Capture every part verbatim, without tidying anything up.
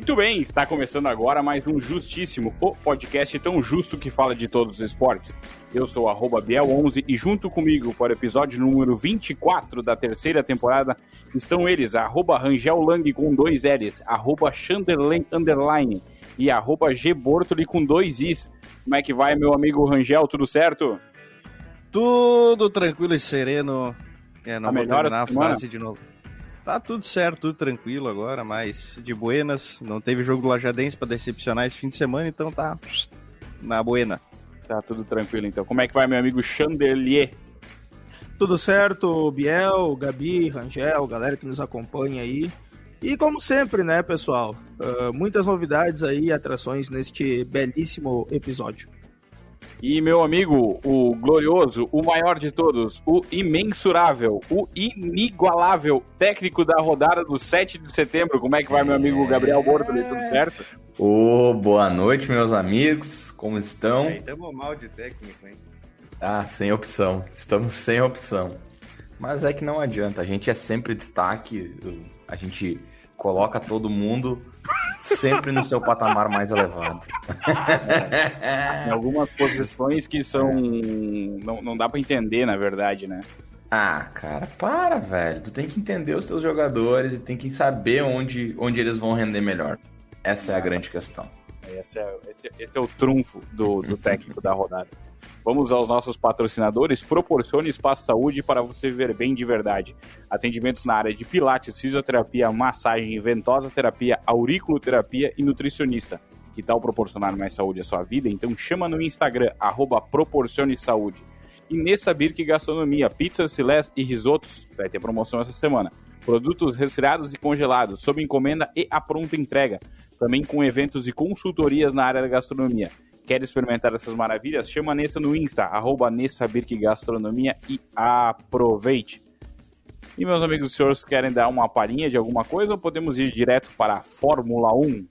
Muito bem, está começando agora mais um Justíssimo, o podcast tão justo que fala de todos os esportes. Eu sou arroba Biel onze e junto comigo para o episódio número vinte e quatro da terceira temporada estão eles, arroba Rangel Lang com dois L's, arroba Chanderlen Underline e arroba G Bortoli com dois Is. Como é que vai, meu amigo Rangel? Tudo certo? Tudo tranquilo e sereno. É, não A vou melhor terminar a semana? frase de novo. Tá tudo certo, tudo tranquilo agora, mas de buenas. Não teve jogo do Lajadense pra decepcionar esse fim de semana, então tá na buena. Tá tudo tranquilo então. Como é que vai, meu amigo Chanderlier? Tudo certo, Biel, Gabi, Rangel, galera que nos acompanha aí. E como sempre, né, pessoal, uh, muitas novidades aí e atrações neste belíssimo episódio. E meu amigo, o glorioso, o maior de todos, o imensurável, o inigualável técnico da rodada do sete de setembro. Como é que vai, meu amigo Gabriel Bortoli? Tudo certo? Ô, boa noite, meus amigos. Como estão? Aí, tamo mal de técnico, hein? Ah, sem opção. Estamos sem opção. Mas é que não adianta. A gente é sempre destaque. A gente coloca todo mundo sempre no seu patamar mais elevado. Em algumas posições que são... Não, não dá pra entender, na verdade, né? Ah, cara, para, velho. Tu tem que entender os teus jogadores e tem que saber onde, onde eles vão render melhor. Essa é a grande questão. Esse é, esse, esse é o trunfo do, do técnico da rodada. Vamos aos nossos patrocinadores. Proporcione Espaço Saúde para você viver bem de verdade. Atendimentos na área de pilates, fisioterapia, massagem, ventosa terapia, auriculoterapia e nutricionista. Que tal proporcionar mais saúde à sua vida? Então chama no Instagram, arroba Proporcione Saúde. E Nessa Birk Gastronomia, pizzas, filés e risotos. Vai ter promoção essa semana. Produtos resfriados e congelados, sob encomenda e à pronta entrega. Também com eventos e consultorias na área da gastronomia. Quer experimentar essas maravilhas? Chama a Nessa no Insta, arroba Nessa Birk Gastronomia e aproveite. E meus amigos, os senhores querem dar uma palhinha de alguma coisa ou podemos ir direto para a Fórmula um?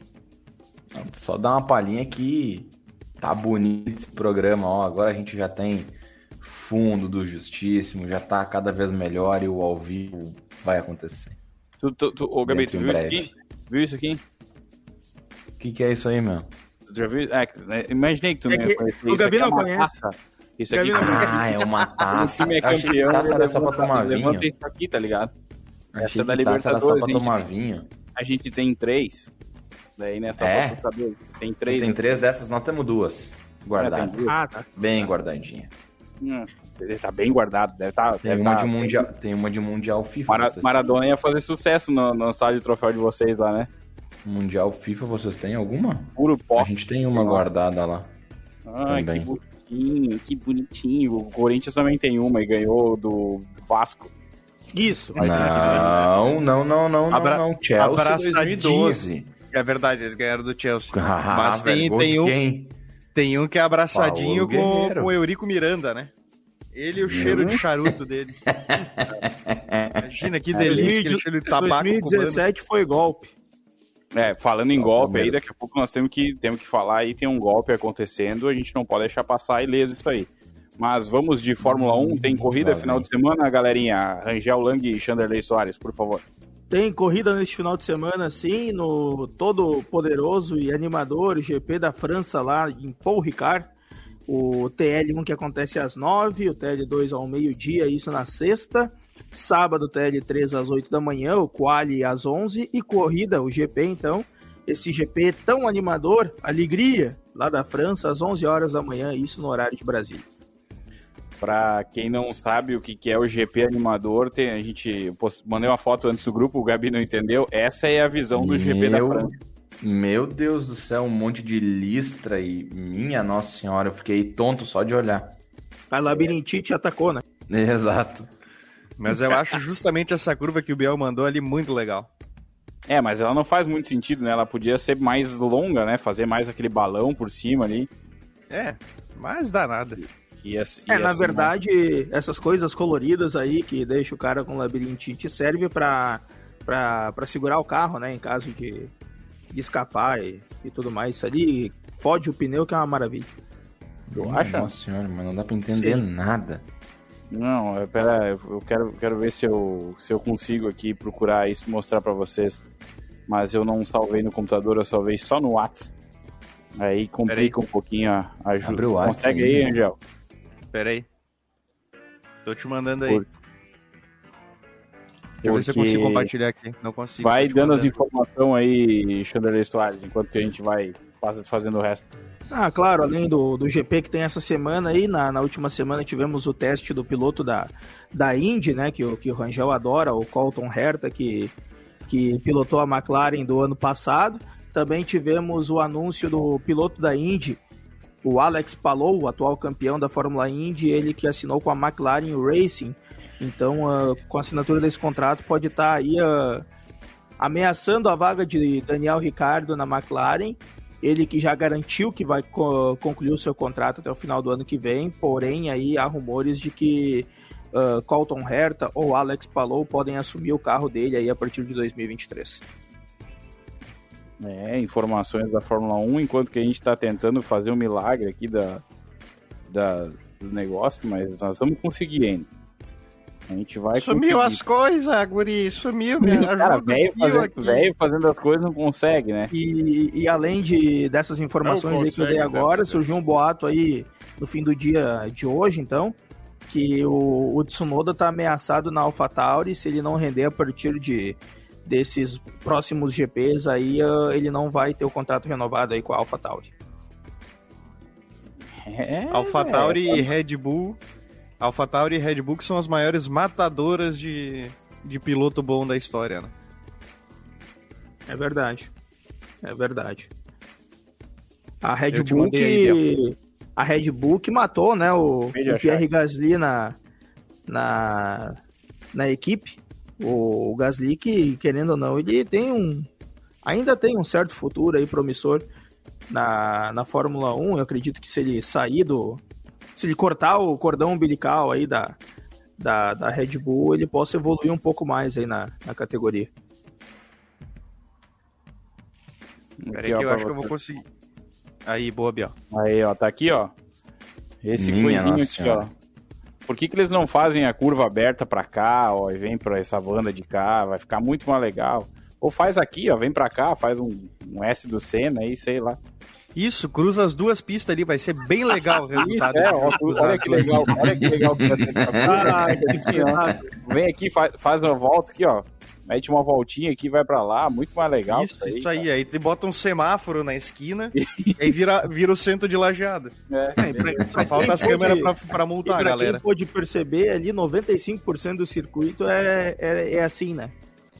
Só dar uma palhinha que tá bonito esse programa, ó. Agora a gente já tem fundo do Justíssimo, já tá cada vez melhor e o ao vivo vai acontecer. Tu, tu, tu, ô, Gabi, tu viu isso aqui? Viu isso aqui? O que, que é isso aí, meu? Tu já viu? É, imaginei que tu É não que ia conhecer. o Isso Gabi aqui é não uma conhece. taça. Isso Gabi aqui não conhece. Ah, é uma O taça. time é Eu achei que campeão, taça era só pra levanta- tomar vinho. levanta isso aqui, tá ligado? Achei Essa é da que taça era só Libertadores, pra gente. tomar vinho. A gente tem três. Daí nessa É? pra tu saber. Tem Vocês três. têm três dessas, nós temos duas. Guardadas. tem duas. Ah, tá. Bem guardadinha. Hum, ele tá bem guardado. Deve tá, Tem deve uma, tá- de mundial, tem uma de Mundial FIFA. Mara- vocês Maradona ia fazer sucesso no, no sala de troféu de vocês lá, né? têm? Mundial FIFA, vocês têm alguma? Puro pó. A gente tem uma guardada lá. Ai, que também. bonitinho, que bonitinho. O Corinthians também tem uma e ganhou do Vasco. Isso. Não, não, não, não, Abra- não, não. Chelsea abraçadinho. dois mil e doze. É verdade, eles ganharam do Chelsea. Ah, Mas velho, tem, gol tem, de um, quem? tem um que é abraçadinho Paulo com, Guerreiro. com o Eurico Miranda, né? Ele e o cheiro de charuto dele. Imagina que delícia aquele cheiro de tabaco dois mil e dezessete foi golpe. É, falando em Só golpe aí, Palmeiras. daqui a pouco nós temos que, temos que falar aí, tem um golpe acontecendo, a gente não pode deixar passar ileso isso aí. Mas vamos de Fórmula um, tem corrida Lá final vem. de semana, galerinha. Rangel Lang e Chanderley Soares, por favor. Tem corrida neste final de semana, sim, no todo poderoso e animador G P da França lá em Paul Ricard. O T L um que acontece às nove, o T L dois ao meio-dia, isso na sexta. Sábado, T L três às oito da manhã, o Quali às onze. E corrida, o G P, então. Esse G P tão animador, alegria, lá da França, às onze horas da manhã, isso no horário de Brasília. Pra quem não sabe o que que é o G P animador, tem, a gente eu post- mandei uma foto antes do grupo, o Gabi não entendeu. Essa é a visão do G P da Meu- França. Meu Deus do céu, um monte de listra e minha nossa senhora, eu fiquei tonto só de olhar. A labirintite atacou, né? Exato. Mas eu acho justamente essa curva que o Biel mandou ali muito legal. É, mas ela não faz muito sentido, né? Ela podia ser mais longa, né? Fazer mais aquele balão por cima ali. É, mas dá nada. Ia, É, ia na ser verdade, essas coisas coloridas aí que deixa o cara com labirintite serve pra, pra, pra segurar o carro, né? Em caso de, de escapar e, e tudo mais. Isso ali fode o pneu, que é uma maravilha. Tu Minha acha? Nossa senhora, mas não dá pra entender Sim. nada. Não, é, pera, eu quero, quero ver se eu, se eu consigo aqui procurar isso e mostrar pra vocês. mas eu não salvei no computador, eu salvei só no WhatsApp. Aí complica um pouquinho a ajuda. Abre o WhatsApp. Consegue aí, Angel? Pera aí. Tô te mandando aí. Por... Deixa eu ver se eu consigo compartilhar aqui. Não consigo. Vai dando mandando. as informações aí, Chanderley Soares, enquanto que a gente vai fazendo o resto. Ah, claro, além do, do G P que tem essa semana aí, na, na última semana tivemos o teste do piloto da, da Indy, né, que, o, que o Rangel adora, o Colton Herta, que, que pilotou a McLaren do ano passado. Também tivemos o anúncio do piloto da Indy, o Alex Palou, o atual campeão da Fórmula Indy, ele que assinou com a McLaren Racing. Então, uh, com a assinatura desse contrato, pode estar aí uh, ameaçando a vaga de Daniel Ricciardo na McLaren. Ele que já garantiu que vai co- concluir o seu contrato até o final do ano que vem, porém aí há rumores de que uh, Colton Herta ou Alex Palou podem assumir o carro dele aí a partir de dois mil e vinte e três. É, informações da Fórmula um, enquanto que a gente está tentando fazer um milagre aqui da, da, do negócio, mas nós vamos conseguir ainda. A gente vai Sumiu conseguir. as coisas, guri, sumiu, me ajuda. Cara, velho fazendo, aqui. velho fazendo as coisas não consegue, né? E, e além de, dessas informações aí que eu dei agora, surgiu um boato aí no fim do dia de hoje, então, que o, o Tsunoda tá ameaçado na AlphaTauri. Se ele não render a partir de, desses próximos G Ps aí, uh, ele não vai ter o contrato renovado aí com a AlphaTauri. É, AlphaTauri é, e Red Bull. AlphaTauri e Red Bull que são as maiores matadoras de, de piloto bom da história, né? É verdade. É verdade. A Red Eu te Bull mandei que... aí, a Red Bull que matou, né, o, Media o Pierre chat. Gasly na, na, na equipe. O, o Gasly que, querendo ou não, ele tem um... ainda tem um certo futuro aí promissor na, na Fórmula um. Eu acredito que se ele sair do... se ele cortar o cordão umbilical aí da, da, da Red Bull, ele possa evoluir um pouco mais aí na, na categoria. Peraí que eu acho que eu vou conseguir. Aí, boa, Biel. Aí, ó, tá aqui, ó. Esse Minha coisinho Nossa aqui, Senhora. ó. Por que que eles não fazem a curva aberta pra cá, ó, e vem pra essa banda de cá? Vai ficar muito mais legal. Ou faz aqui, ó, vem pra cá, faz um, um S do Senna aí, sei lá. Isso, cruza as duas pistas ali, vai ser bem legal o resultado. Isso, é, ó, olha que legal, olha que legal que vai ser essa curva. Ah, que espetáculo. Vem aqui, faz, faz uma volta aqui, ó. Mete uma voltinha aqui, vai pra lá, muito mais legal. Isso, isso aí, aí tu bota um semáforo na esquina e aí vira, vira o centro de Lajeado. É, É, pra- Só pra falta quem as câmeras pôde- pra, pra E multar a pra galera. quem pôde perceber, ali noventa e cinco por cento do circuito é, é, é assim, né?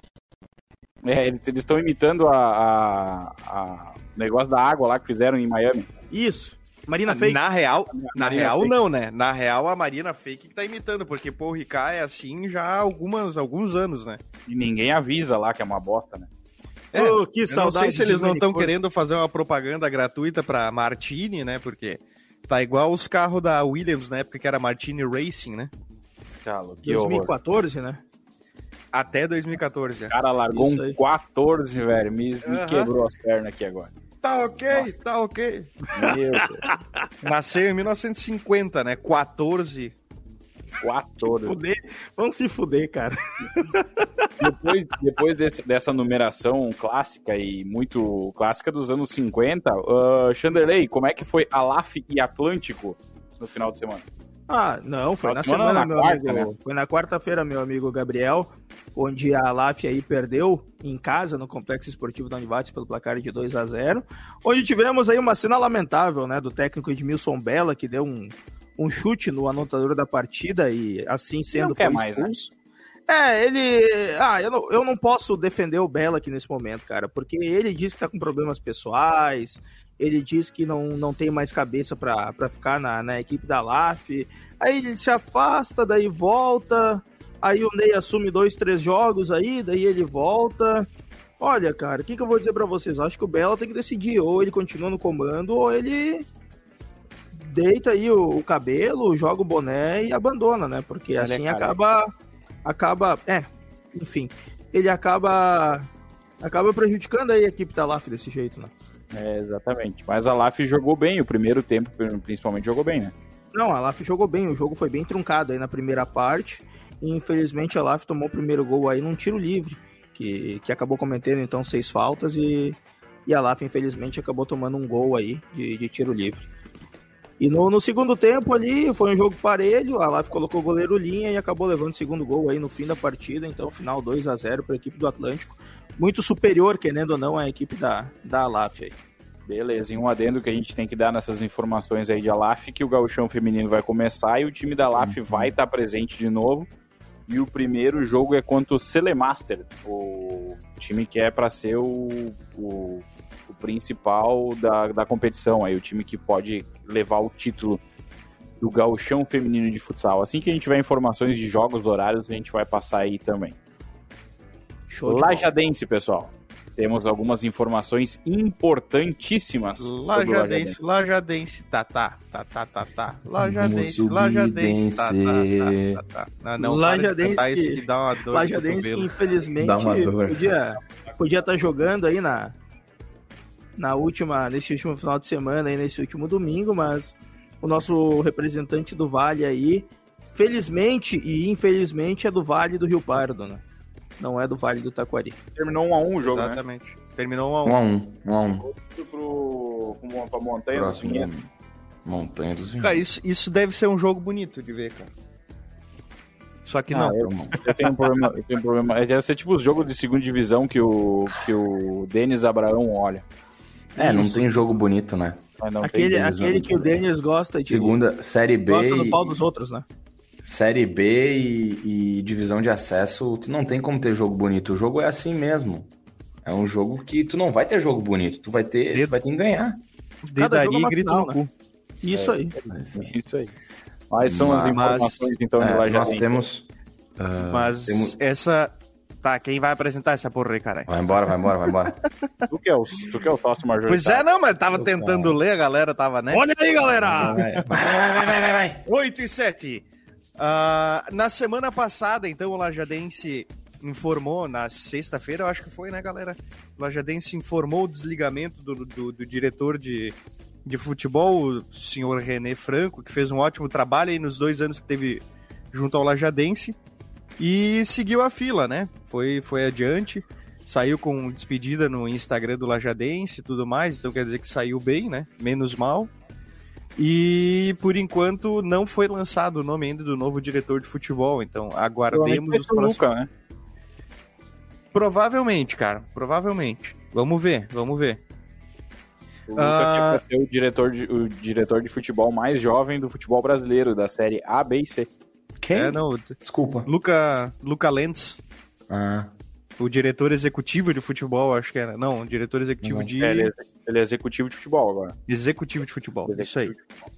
É, eles estão imitando a, a, a negócio da água lá que fizeram em Miami. Isso. Marina Fake. Na real, na Marina real Fake. não, né? Na real a Marina Fake que tá imitando, porque Paul Ricard é assim já há algumas, alguns anos, né? E ninguém avisa lá que é uma bosta, né? É, Oh, que Eu não saudade sei se eles de não estão Manicourt. querendo fazer uma propaganda gratuita pra Martini, né? Porque tá igual os carros da Williams na época que era Martini Racing, né? Calo, que dois mil e horror. quatorze, né? Até dois mil e quatorze. O já. cara largou Isso um aí. quatorze, velho. Me, me Aham. quebrou as pernas aqui agora. Tá ok, tá ok. Meu Deus. Nasceu em mil novecentos e cinquenta, né? quatorze. quatorze. Fuder. Vamos se fuder, cara. Depois, depois desse- dessa numeração clássica e muito clássica dos anos cinquenta, uh, Chanderley, como é que foi Alaf e Atlântico no final de semana? Ah, não, foi na Final de semana, semana, na meu quarta, amigo. né? Foi na quarta-feira, meu amigo Gabriel, onde a Laf aí perdeu em casa no Complexo Esportivo da Univates pelo placar de dois a zero. Onde tivemos aí uma cena lamentável, né, do técnico Edmilson Bella, que deu um, um chute no anotador da partida e assim sendo Não quer foi mais, né? expulso. É, ele... Ah, eu não, eu não posso defender o Bella aqui nesse momento, cara, porque ele diz que tá com problemas pessoais, ele diz que não, não tem mais cabeça pra, pra ficar na, na equipe da Laf, aí ele se afasta, daí volta, aí o Ney assume dois, três jogos aí, daí ele volta. Olha, cara, o que, que eu vou dizer pra vocês? Eu acho que o Bella tem que decidir, ou ele continua no comando, ou ele deita aí o, o cabelo, joga o boné e abandona, né? Porque Olha, assim cara. acaba... acaba, é, enfim, ele acaba acaba prejudicando aí a equipe da Laf desse jeito, né? É, exatamente. Mas a Laf jogou bem, o primeiro tempo principalmente jogou bem, né? Não, a Laf jogou bem, o jogo foi bem truncado aí na primeira parte, e infelizmente a Laf tomou o primeiro gol aí num tiro livre, que, que acabou cometendo então seis faltas e, e a Laf infelizmente acabou tomando um gol aí de, de tiro livre. E no, no segundo tempo ali foi um jogo parelho, a Laf colocou o goleiro linha e acabou levando o segundo gol aí no fim da partida, então final dois a zero para a equipe do Atlântico, muito superior, querendo ou não, a equipe da, da Alaf aí. Beleza, e um adendo que a gente tem que dar nessas informações aí de Alaf, que o gauchão feminino vai começar e o time da Alaf uhum. vai estar presente de novo. E o primeiro jogo é contra o Celemaster, o time que é para ser o, o, o principal da, da competição, aí, o time que pode levar o título do gauchão feminino de futsal. Assim que a gente tiver informações de jogos, horários, a gente vai passar aí também. Show Lajadense, pessoal. Temos algumas informações importantíssimas. Lajadense, Lajadense, tá, tá, tá, tá, tá, tá. Lajadense, Lajadense, tá, tá, tá, tá. Não, não, Lajadense, para de isso que dá uma dor. Lajadense que infelizmente dá uma dor. podia podia estar jogando aí na na última, nesse último final de semana aí, nesse último domingo, mas o nosso representante do Vale aí, felizmente e infelizmente é do Vale do Rio Pardo, né? Não é do Vale do Taquari. Terminou um a um o jogo, Exatamente. Né? Terminou um a um. um a um. um a um. Pro, pro, pra Montanha Próximo, dos Vinhedos. Montanha dos Vinhedos. Cara, isso, isso deve ser um jogo bonito de ver, cara. Só que não. Ah, eu, eu tenho um problema. Eu tenho um problema. Deve ser tipo os jogos de segunda divisão que o, que o Denis Abraão olha. É, não tem jogo bonito, né? Não aquele tem aquele que o Denis gosta de. Segunda, Série B. Gosta do pau dos outros, né? Série B e, e divisão de acesso, tu não tem como ter jogo bonito. O jogo é assim mesmo. É um jogo que tu não vai ter jogo bonito. Tu vai ter, tu vai ter que ganhar. Dedaria e grito no cu. Isso é, aí. É, isso aí. Mas são mas, as informações, então, é, de lá já nós tem. temos... Uh, mas temos... essa... Tá, quem vai apresentar essa porra aí, caralho? Vai embora, vai embora, vai embora. Tu que é o, tu que é o sócio majoritário. Pois é, não, mas tava tentando cara. ler, a galera tava, né? Olha aí, galera! Vai, vai, vai, vai, vai, vai. oito e sete. Uh, na semana passada, então, o Lajadense informou, na sexta-feira, eu acho que foi, né, galera? O Lajadense informou o desligamento do, do, do diretor de, de futebol, o senhor René Franco, que fez um ótimo trabalho aí nos dois anos que teve junto ao Lajadense, e seguiu a fila, né? Foi, foi adiante, saiu com despedida no Instagram do Lajadense e tudo mais, então quer dizer que saiu bem, né? Menos mal. E, por enquanto, não foi lançado o nome ainda do novo diretor de futebol, então aguardemos os próximos... Luca, né? Provavelmente, cara, provavelmente. Vamos ver, vamos ver. O Luca ah... é o diretor, de, o diretor de futebol mais jovem do futebol brasileiro, da série A, B e C. Quem? É, não, desculpa. Luca, Luca Lentz. Ah... O diretor executivo de futebol, acho que era. Não, o diretor executivo não, de... É, ele, é, ele é executivo de futebol agora. Executivo de futebol, executivo isso aí. De futebol.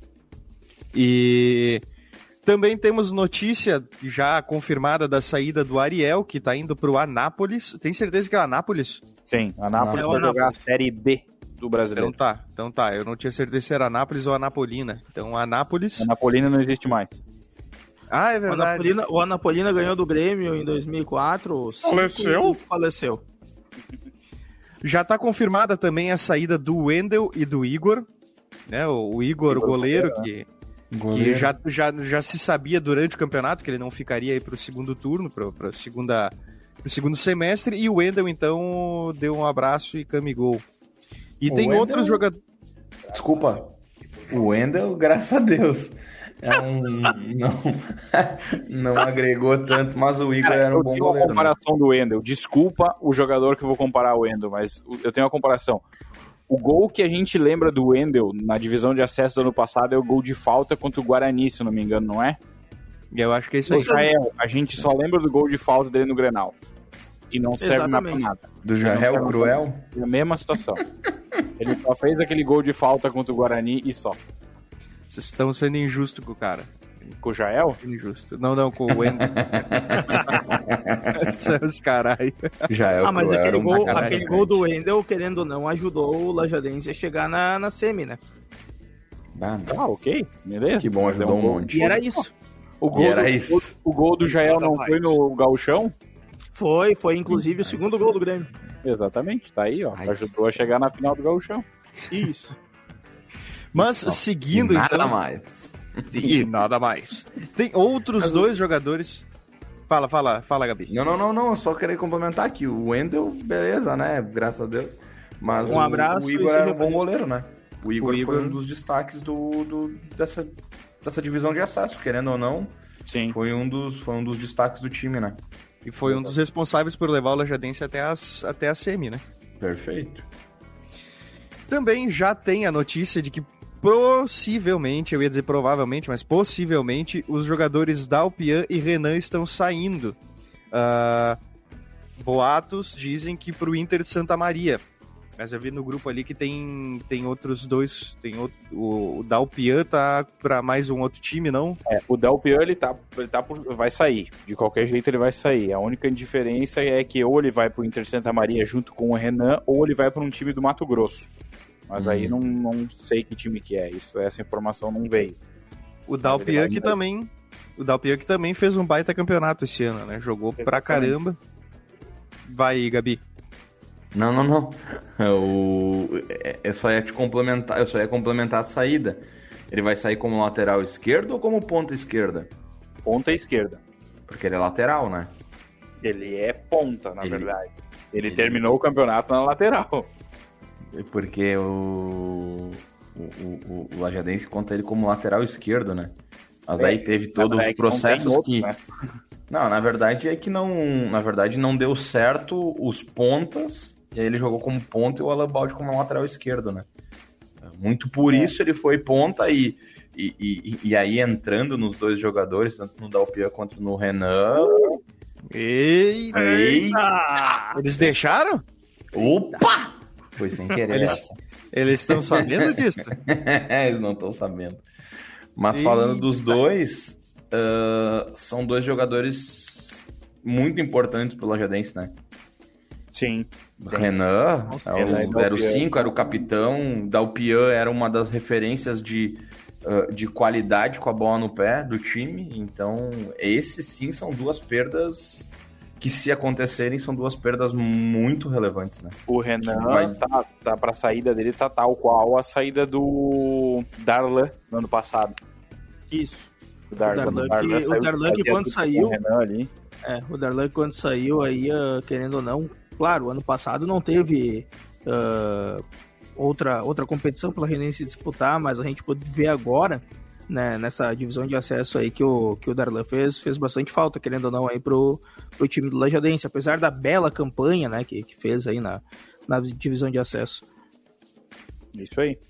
E também temos notícia já confirmada da saída do Ariel, que tá indo pro Anápolis. Tem certeza que é o Anápolis? Sim, Anápolis não, vai é jogar a Série B do Brasileiro. Então tá, então tá. Eu não tinha certeza se era Anápolis ou Anapolina. Então, Anápolis... Anapolina não existe mais. Ah, é verdade. O Anapolina, o Anapolina ganhou do Grêmio em dois mil e quatro. Faleceu? Faleceu. Já tá confirmada também a saída do Wendel e do Igor. Né? O, o Igor, o goleiro, que, que já, já, já se sabia durante o campeonato que ele não ficaria aí pro segundo turno, pro, pro, segunda, pro segundo semestre. E o Wendel, então, deu um abraço e camigou. E o tem Wendel... outros jogadores... Desculpa. O Wendel, graças a Deus... É um, não, não agregou tanto, mas o Igor Cara, era um bom goleiro. Eu tenho uma comparação, né, do Wendel. Desculpa o jogador que eu vou comparar ao Wendel, mas eu tenho uma comparação. O gol que a gente lembra do Wendel na divisão de acesso do ano passado é o gol de falta contra o Guarani, se não me engano, não é? Eu acho que é isso aí. O Jael, a gente só lembra do gol de falta dele no Grenal. E não serve mais pra nada. Do Jael Cruel? É a mesma situação. Ele só fez aquele gol de falta contra o Guarani e só. Vocês estão sendo injustos com o cara. Com o Jael? Injusto. Não, não, com o Wendel. Os caralho. Jael ah, mas aquele, um gol, aquele gol do Wendel, querendo ou não, ajudou o Lajadense a chegar na, na semi, né? Ah, ah, ok. Beleza. Que bom, ajudou um monte. E era isso. O gol, era do, isso. O, o gol do Jael não foi no gauchão? Foi, foi inclusive o segundo gol do Grêmio. Exatamente, tá aí, ó. Ajudou a chegar na final do gauchão. Isso. Mas Não, seguindo, e nada então... mais. E nada mais. Tem outros Mas dois eu... jogadores... Fala, fala, fala, Gabi. Não, não, não, não. Eu só queria complementar aqui. O Wendel, beleza, né? Graças a Deus. Mas Um o, abraço o e Igor se era um referência. bom goleiro, né? O Igor, O Igor- foi um dos destaques do, do, dessa, dessa divisão de acesso, querendo ou não. Sim. Foi um dos, foi um dos destaques do time, né? E foi um dos responsáveis por levar o Lajadense até, as, até a semi, né? Perfeito. Também já tem a notícia de que possivelmente, eu ia dizer provavelmente, mas possivelmente, os jogadores Dalpian e Renan estão saindo. Ah, boatos dizem que pro Inter de Santa Maria. Mas eu vi no grupo ali que tem, tem outros dois. Tem outro, o, o Dalpian tá pra mais um outro time, não? É, o Dalpian, ele tá, ele tá por, vai sair. De qualquer jeito, ele vai sair. A única diferença é que ou ele vai pro Inter de Santa Maria junto com o Renan, ou ele vai para um time do Mato Grosso. Mas Uhum. aí não, não sei que time que é. Isso, essa informação não veio. O ele Dalpian vai que ainda- também. O Dalpian que também fez um baita campeonato esse ano, né? Jogou pra Exatamente. caramba. Vai aí, Gabi. Não, não, não. O... Eu só ia te complementar, eu só ia complementar a saída. Ele vai sair como lateral esquerdo ou como ponta esquerda? Ponta esquerda. Porque ele é lateral, né? Ele é ponta, na Ele- verdade. Ele, ele- terminou o campeonato na lateral. Porque o, o, o, o Lajadense conta ele como lateral esquerdo, né? Mas aí teve todos É os que não tem processos outro, que... né? Não, na verdade é que não... Na verdade não deu certo os pontas, e aí ele jogou como ponta e o Alan Baldi como lateral esquerdo, né? Muito por isso ele foi ponta e, e, e, e aí entrando nos dois jogadores, tanto no Dalpian quanto no Renan... Eita! Eita! Eles deixaram? Opa! Foi sem querer Eles- essa. Eles estão sabendo disso? Eles não estão sabendo. Mas Eita. falando dos dois, ah, são dois jogadores muito importantes pro Lajadense, né? Sim. Renan era Renan e o- era o Dalpian. cinco, era o capitão. Dalpian era uma das referências de, ah, de qualidade com a bola no pé do time. Então, esses sim são duas perdas que, se acontecerem, são duas perdas muito relevantes, né? O Renan Vai- tá, tá pra saída dele, tá tal qual a saída do Darlan no ano passado. Isso. O Darlan, Darlan o Darlan que- o saiu, Darlan que fazia quando tudo com saiu- o Renan ali. É, o Darlan quando saiu aí, ah, querendo ou não, claro, ano passado não teve ah, outra, outra competição pela Renense disputar, mas a gente pode ver agora, né, nessa divisão de acesso aí que o, que o Darlan fez, fez bastante falta, querendo ou não, aí pro, pro time do Lajadense, apesar da bela campanha, né, que, que fez aí na, na divisão de acesso. Isso aí.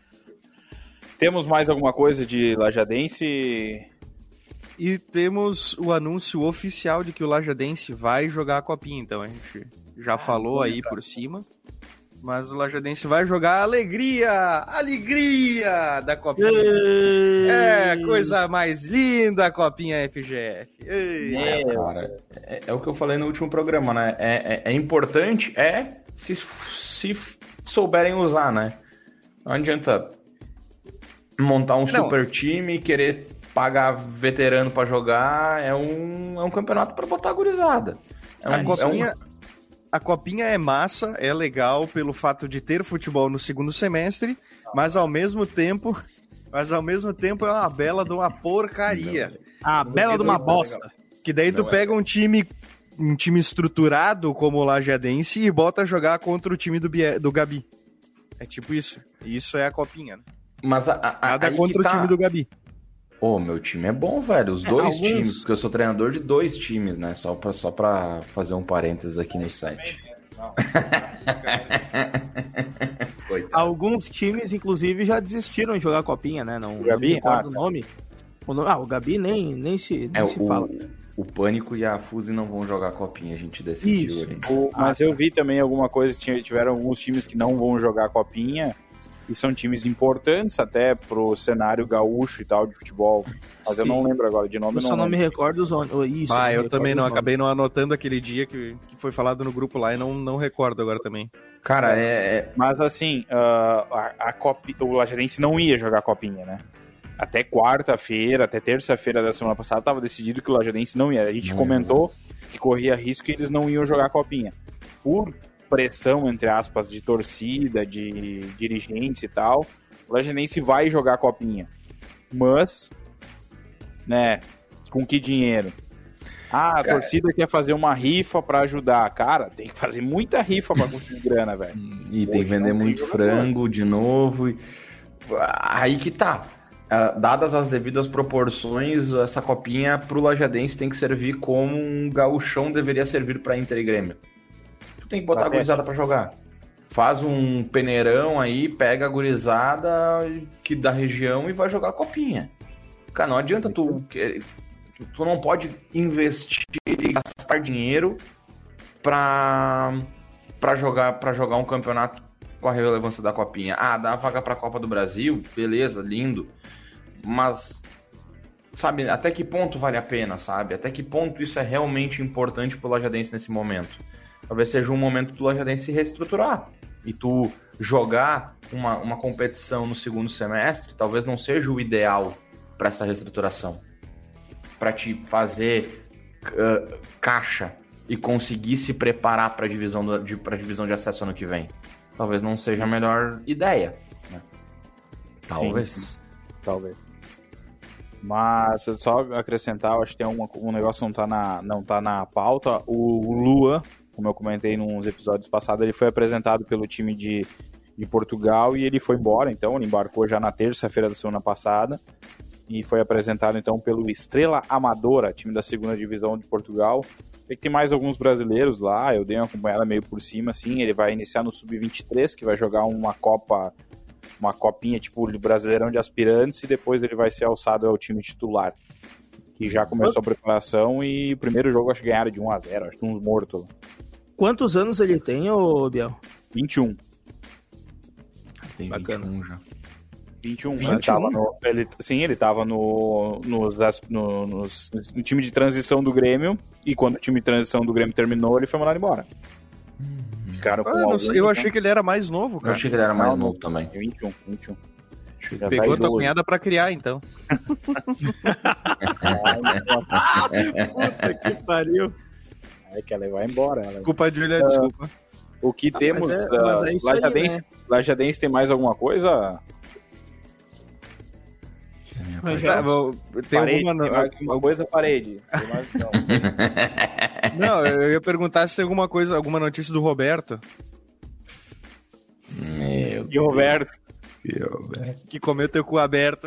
Temos mais alguma coisa de Lajadense? E temos o anúncio oficial de que o Lajadense vai jogar a Copinha. Então a gente já falou aí por cima. Mas o Lajadense vai jogar a alegria! Alegria da Copinha! É, coisa mais linda a Copinha F G F. Ei, É, cara, é, é o que eu falei no último programa, né? É, é, é importante, é se, se souberem usar, né? Não adianta montar um Não. super time e querer pagar veterano pra jogar. É um, é um campeonato pra botar gurizada. É um, A Copinha, é um- a Copinha é massa, é legal pelo fato de ter futebol no segundo semestre, mas ao mesmo tempo, mas ao mesmo tempo é uma bela de uma porcaria. A bela de uma Não, bosta. Que daí tu Não é. pega um time um time estruturado como o Lajadense e bota a jogar contra o time do, Bie- do Gabi. É tipo isso. Isso é a Copinha, né? Mas a, a, Nada aí contra que o tá. time do Gabi. Ô, meu time é bom, velho. Os dois alguns- times, porque eu sou treinador de dois times, né? Só pra, só pra fazer um parênteses aqui no site. Coitado. Alguns times, inclusive, já desistiram de jogar Copinha, né? Não, O Gabi? não me recordo Ah, o nome. O nome- Ah, o Gabi nem, nem se, nem É, se o, fala. o Pânico e a Fuse não vão jogar copinha, a gente decidiu Isso. ali. O- mas eu vi também alguma coisa, tinha- tiveram alguns times que não vão jogar Copinha, e são times importantes até pro cenário gaúcho e tal de futebol. Mas eu Sim. não lembro agora de nome. Eu não só não me lembro. recordo os nomes. Isso, Ah, me eu recordo também não. os nomes. Acabei não anotando aquele dia que, que foi falado no grupo lá e não, não recordo agora também. Cara, é, é- Mas assim, ah, a, a Copi- o Lajadense não ia jogar Copinha, né? Até quarta-feira, até terça-feira da semana passada, estava decidido que o Lajadense não ia. A gente Não. comentou que corria risco e eles não iam jogar Copinha. Por pressão, entre aspas, de torcida, de dirigentes e tal, o Lajadense vai jogar Copinha. Mas, né, com que dinheiro? Ah, a Cara. torcida quer fazer uma rifa pra ajudar. Cara, tem que fazer muita rifa pra conseguir grana, velho. E tem que Hoje vender não tem muito jogador. frango de novo. e- Aí que tá. Ah, dadas as devidas proporções, essa copinha pro Lajadense tem que servir como um gauchão deveria servir pra Inter e Grêmio. Tu tem que botar a Pra gurizada pra jogar. Faz um peneirão aí, pega a gurizada que da região e vai jogar a copinha. Cara, não adianta tu... querer- tu- Tu não pode investir e gastar dinheiro pra, pra, jogar, pra jogar um campeonato com a relevância da copinha. Ah, dá uma vaga pra Copa do Brasil, beleza, lindo. Mas, sabe, até que ponto vale a pena, sabe? Até que ponto isso é realmente importante pro Lajadense nesse momento? Talvez seja um momento do Lajadense se reestruturar. E tu jogar uma, uma competição no segundo semestre talvez não seja o ideal para essa reestruturação. Para te fazer uh, caixa e conseguir se preparar para a divisão, do- de, pra divisão de acesso ano que vem. Talvez não seja a melhor ideia. Né? Talvez. Sim, talvez. Mas só acrescentar, eu acho que tem uma, um negócio que não tá na, não tá na pauta. O Lua, como eu comentei nos episódios passados, ele foi apresentado pelo time de, de Portugal e ele foi embora, então ele embarcou já na terça-feira da semana passada e foi apresentado então pelo Estrela Amadora, time da segunda divisão de Portugal. Tem que ter mais alguns brasileiros lá, eu dei uma acompanhada meio por cima, assim. Ele vai iniciar no sub vinte e três, que vai jogar uma Copa, uma copinha tipo Brasileirão de Aspirantes, e depois ele vai ser alçado ao time titular, que já começou a preparação, e o primeiro jogo acho que ganharam de um a zero, acho que uns mortos. Quantos anos ele tem, ô Biel? vinte e um. Tem Bacana. vinte e um já. vinte e um, vinte e um? Ele tava no, ele, sim, ele tava no, nos, no, nos- no time de transição do Grêmio, e quando o time de transição do Grêmio terminou, ele foi mandado embora. Ficaram com Ah, não alguns, sei, eu então, achei que ele era mais novo, Eu cara. achei que ele era mais Não, novo também. vinte e um, vinte e um. Já Pegou tá tua idoso. cunhada pra criar, então. Puta que pariu. É que ela vai embora. Ela... Desculpa, Julia, desculpa. O que temos... mas é- ah, mas é isso aí, Lajadense, né? Lajadense tem mais alguma coisa? Mas Tá, já- vou- tem Parede, alguma... tem mais alguma coisa, parede. Tem mais, não. Não, eu ia perguntar se tem alguma coisa, alguma notícia do Roberto, Meu E o Roberto? Deus, velho. que comeu teu cu aberto.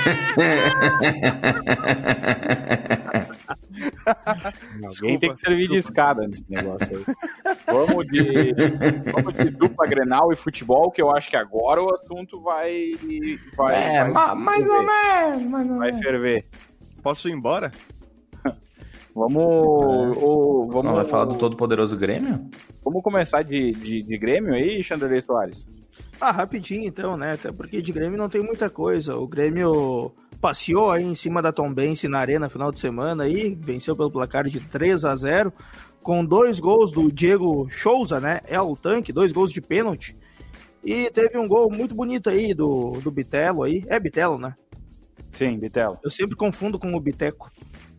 Alguém tem que servir de escada nesse negócio aí. Vamos de, vamos de dupla Grenal e futebol, que eu acho que agora o assunto vai... vai É, vai, ma- mais ou menos. Mais ou vai menos. ferver. Posso ir embora? Vamos... o- Vamos... vamos vai falar do todo-poderoso Grêmio? Vamos começar de, de, de Grêmio aí, Xanderlei Soares? Ah, rapidinho então, né? Até porque de Grêmio não tem muita coisa. O Grêmio passeou aí em cima da Tombense na arena final de semana aí, venceu pelo placar de três a zero, com dois gols do Diego Souza, né? É o tanque, dois gols de pênalti. E teve um gol muito bonito aí do, do Bitelo aí. É Bitelo, né? Sim, Bitelo. Eu sempre confundo com o Biteco.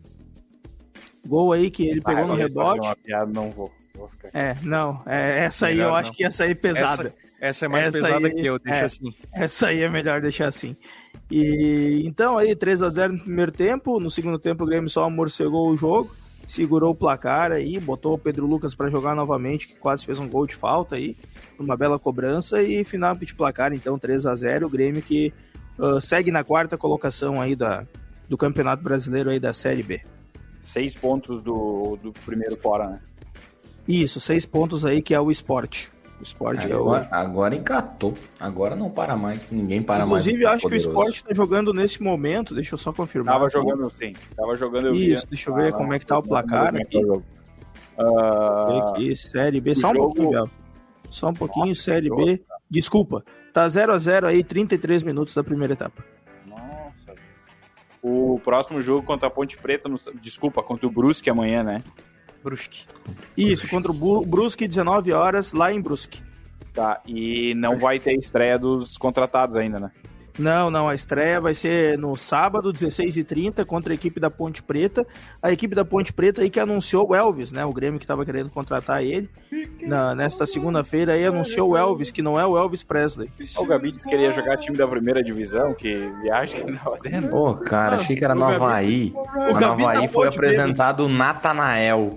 Gol aí que ele pegou Ah, no eu ia fazer rebote. uma piada, não vou. vou ficar aqui. É, não, é, essa aí Melhor eu não. acho que ia sair pesada. Essa é mais Essa pesada aí- que eu, deixa é. assim. Essa aí é melhor deixar assim. E então aí três a zero no primeiro tempo, no segundo tempo o Grêmio só amorcegou o jogo, segurou o placar aí, botou o Pedro Lucas para jogar novamente, que quase fez um gol de falta aí, uma bela cobrança e final de placar então três a zero, o Grêmio que uh, segue na quarta colocação aí da, do Campeonato Brasileiro aí da Série B. Seis pontos do, do primeiro fora, né? Isso, seis pontos aí que é o Sport. O Sport é o... Agora, agora encatou. Agora não para mais. Ninguém para Inclusive, eu mais. acho que o Sport tá jogando nesse momento, deixa eu só confirmar. Tava jogando sim. Tava jogando eu Isso, via. deixa eu ver Ah, como é que tá o não placar lembro aqui. como é que tá o jogo. Ah, Aqui, Série B, o só um jogo- pouquinho, Biel. Só um pouquinho, Nossa, Série que B. Desculpa, tá zero a zero aí, trinta e três minutos da primeira etapa. Nossa. O próximo jogo contra a Ponte Preta, no... desculpa, contra o Brusque amanhã, né? Brusque. Isso, contra o Bu- Brusque, dezenove horas, lá em Brusque. Tá, e não vai ter estreia dos contratados ainda, né? Não, não, a estreia vai ser no sábado, dezesseis e trinta, contra a equipe da Ponte Preta. A equipe da Ponte Preta aí que anunciou o Elvis, né? O Grêmio que tava querendo contratar ele. Na, nesta segunda-feira aí anunciou o Elvis, que não é o Elvis Presley. O Gabi disse que ele ia jogar time da primeira divisão, que viagem que ele tá fazendo. Ô, cara, achei que era no o Gabi- Havaí. Mas no Havaí foi apresentado o Natanael.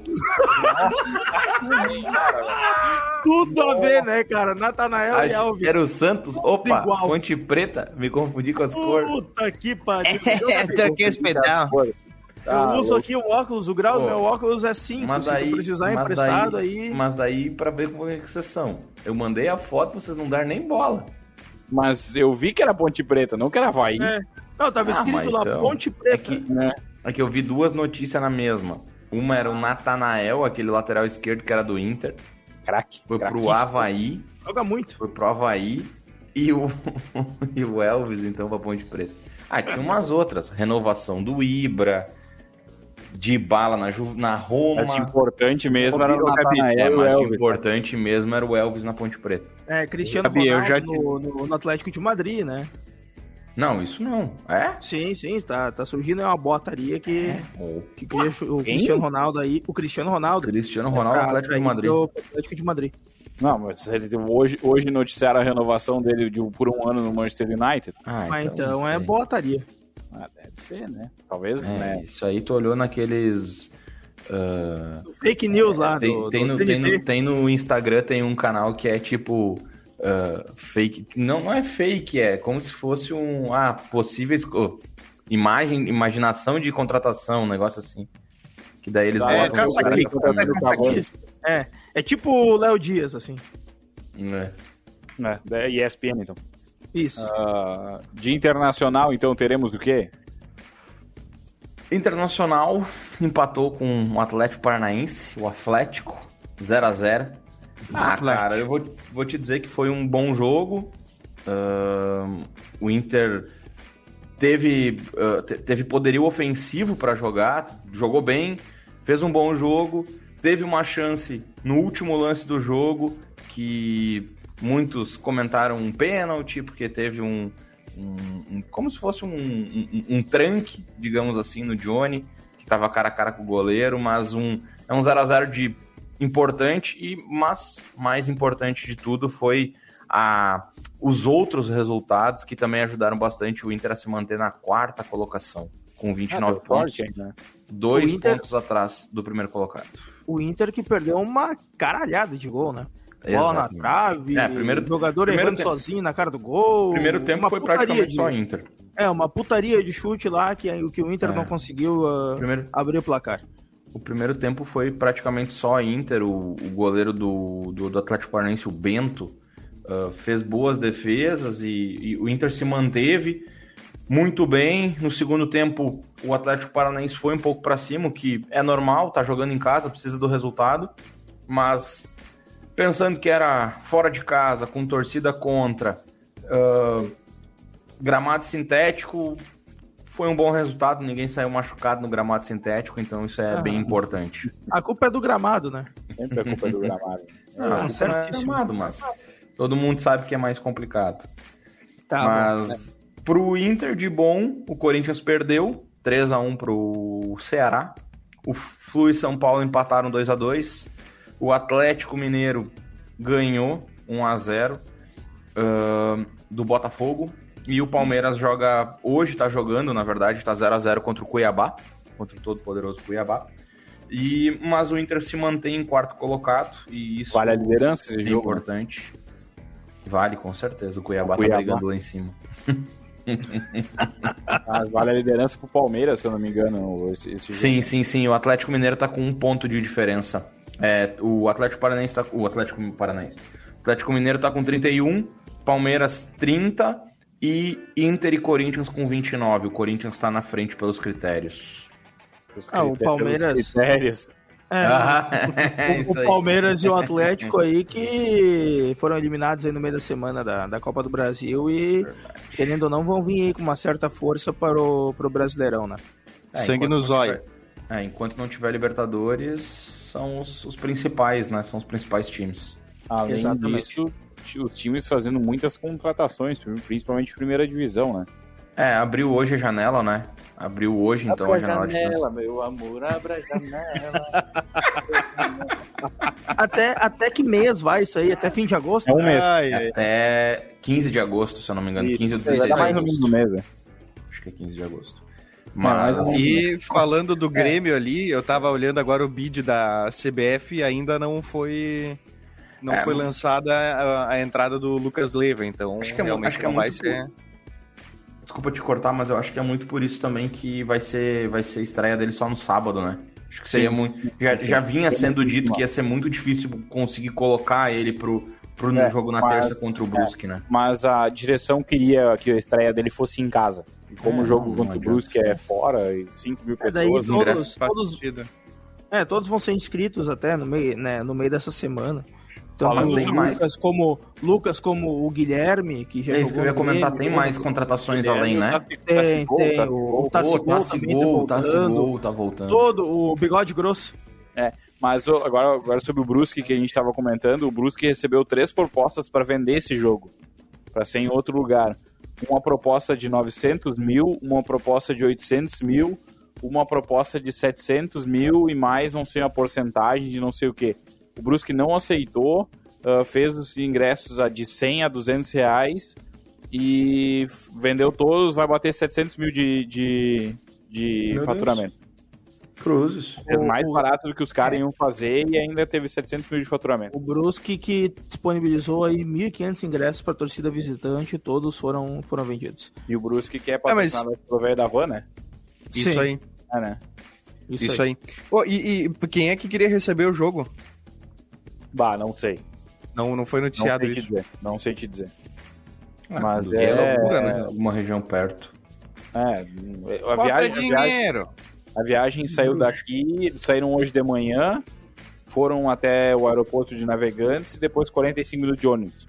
Tudo a ver, né, cara? Natanael e Alves. Era o Santos. Opa, igual. Ponte Preta. Me confundi com as cores. Puta que pariu. É, tem que respeitar. Eu uso aqui o óculos, o grau do meu óculos é cinco, mas se daí, tu precisar mas emprestado daí, aí... Mas daí, pra ver como é que vocês são. Eu mandei a foto, vocês não deram nem bola. Mas eu vi que era Ponte Preta, não que era Havaí. É. Não, tava Ah, escrito lá, então, Ponte Preta. É que, é que eu vi duas notícias na mesma. Uma era o Natanael, aquele lateral esquerdo que era do Inter. Craque. Foi pro Havaí. Joga muito. Foi pro Havaí. E o, e o Elvis, então, pra Ponte Preta. Ah, tinha umas outras. Renovação do Ibra... De bala na, Ju... na Roma. Mas importante mesmo era o Natanael. É, mas o importante mesmo era o Elvis na Ponte Preta. É, Cristiano Sabia, Ronaldo eu já... no, no, no Atlético de Madrid, né? Não, isso não. É? Sim, sim, tá, tá surgindo uma botaria que, É. que cria o Cristiano Ronaldo aí. O Cristiano Ronaldo. Cristiano Ronaldo, pra, Atlético pra de Madrid. Pro Atlético de Madrid. Não, mas ele, hoje, hoje noticiaram a renovação dele de, por um ano no Manchester United. Ah, Mas então, não é sei. botaria. Ah, deve ser, né? Talvez, É, né? isso aí tu olhou naqueles... Uh, Fake news lá tem, do, tem, do no, tem, no, tem no Instagram, tem um canal que é tipo uh, fake, não, não é fake, é como se fosse um, ah, possíveis, oh, imagem, imaginação de contratação, um negócio assim, que daí eles É, botam... caça-clique, cara, caça-clique. É, é tipo o Léo Dias, assim. é. É, da E S P N, então. Isso. Uh, de internacional, então, teremos o quê? Internacional empatou com o Atlético Paranaense, o Atlético, zero a zero. Ah, Atlético. cara, eu vou, vou te dizer que foi um bom jogo. Uh, o Inter teve, uh, te- teve poderio ofensivo para jogar, jogou bem, fez um bom jogo, teve uma chance no último lance do jogo, que muitos comentaram um pênalti, porque teve um... Um, um, como se fosse um, um, um tranque, digamos assim, no Johnny, que tava cara a cara com o goleiro, mas um, é um zero a zero de importante, e, mas mais importante de tudo foi a, os outros resultados que também ajudaram bastante o Inter a se manter na quarta colocação, com vinte e nove Ah, pontos, forte, né? dois O Inter- pontos atrás do primeiro colocado. O Inter que perdeu uma caralhada de gol, né? Bola na Exatamente. trave, É, primeiro- jogador primeiro errando tempo. sozinho na cara do gol. Primeiro tempo uma foi putaria praticamente de- só Inter. É, uma putaria de chute lá que, que o Inter É. não conseguiu uh, Primeiro- abrir o placar. O primeiro tempo foi praticamente só Inter, o, o goleiro do, do, do Atlético Paranaense, o Bento, uh, fez boas defesas e, e o Inter se manteve muito bem. No segundo tempo, o Atlético Paranaense foi um pouco para cima, o que é normal, tá jogando em casa, precisa do resultado, mas pensando que era fora de casa, com torcida contra, uh, gramado sintético, foi um bom resultado, ninguém saiu machucado no gramado sintético, então isso é Ah. bem importante. A culpa é do gramado, né? Sempre a culpa é do gramado. Não, não é certíssimo. gramado, mas todo mundo sabe que é mais complicado. Tá, mas pro Inter de bom, o Corinthians perdeu três a um pro Ceará. O Flu e São Paulo empataram dois a dois. O Atlético Mineiro ganhou um a zero uh, do Botafogo. E o Palmeiras joga hoje, tá jogando, na verdade, tá zero a zero contra o Cuiabá, contra o todo poderoso Cuiabá. E, mas o Inter se mantém em quarto colocado e isso Vale a liderança esse é jogo. importante. Vale, com certeza. O Cuiabá, O Cuiabá. tá brigando lá em cima. Ah, vale a liderança pro Palmeiras, se eu não me engano. Esse, esse jogo. Sim, sim, sim. O Atlético Mineiro tá com um ponto de diferença. É, o Atlético Paranaense tá, o Atlético Paranaense. O Atlético Mineiro tá com trinta e um, Palmeiras trinta e Inter e Corinthians com vinte e nove. O Corinthians tá na frente pelos critérios. Os Ah, o critérios- Palmeiras- critérios. É, Ah, o, isso o aí. Palmeiras e o Atlético aí que foram eliminados aí no meio da semana da, da Copa do Brasil e, querendo ou não, vão vir aí com uma certa força para o pro Brasileirão, né? É, Sangue enquanto no não zóio. tiver- É, enquanto não tiver Libertadores, são os, os principais, né? São os principais times. Além Exatamente. disso, os times fazendo muitas contratações, principalmente de primeira divisão, né? É, abriu hoje a janela, né? Abriu hoje, então, a janela, de trans- meu amor, abra a janela. Até, até que mês vai isso aí? Até fim de agosto? É um mês. Ai, ai. até quinze de agosto, se eu não me engano. quinze ou Isso, dezesseis é de mais ou agosto. menos no mês, né? Acho que é quinze de agosto. Mas... E falando do Grêmio é. ali, eu tava olhando agora o bid da C B F e ainda não foi não é, foi lançada a, a entrada do Lucas Leiva, então acho que é, realmente acho que é não vai muito ser... Por... Desculpa te cortar, mas eu acho que é muito por isso também que vai ser, vai ser estreia dele só no sábado, né? Acho que seria Sim. muito... Já, já vinha sendo dito que ia ser muito difícil conseguir colocar ele pro, pro é, jogo na mas, terça contra o Brusque, é, né? Mas a direção queria que a estreia dele fosse em casa. E como é, o jogo contra o Brusque é fora, e cinco mil pessoas... É, daí todos, todos, é, todos vão ser inscritos até no meio, né, no meio dessa semana. Então, Fala, tem tem Lucas, mais. Como, Lucas como o Guilherme, que já é isso que eu ia comentar, Grêmio, tem mais contratações Guilherme, além, né? Tem, tem, o Tassigol também tá voltando. Tassigol tá voltando. Todo o Bigode Grosso. É, mas agora, agora sobre o Brusque que a gente estava comentando, o Brusque recebeu três propostas para vender esse jogo, para ser em outro lugar. Uma proposta de novecentos mil, uma proposta de oitocentos mil, uma proposta de setecentos mil e mais não sei a porcentagem de não sei o que. O Brusque não aceitou, uh, fez os ingressos a de cem a duzentos reais e vendeu todos, vai bater setecentos mil de, de, de faturamento. Cruzes. Fez mais barato do que os caras iam fazer e ainda teve setecentos mil de faturamento. O Brusque que disponibilizou aí mil e quinhentos ingressos para a torcida visitante, todos foram, foram vendidos. E o Brusque que é patrocinado é, mas... pelo velho da van, né? Isso Sim. aí. É, né? Isso, Isso aí. aí. Oh, e, e quem é que queria receber o jogo? Bah, não sei. Não, não foi noticiado não sei isso. Te dizer, não sei te dizer. Ah, mas é, é loucura, né? Alguma região perto. É, a viagem, a dinheiro. Viagem, a viagem saiu daqui, saíram hoje de manhã, foram até o aeroporto de Navegantes e depois quarenta e cinco minutos de ônibus.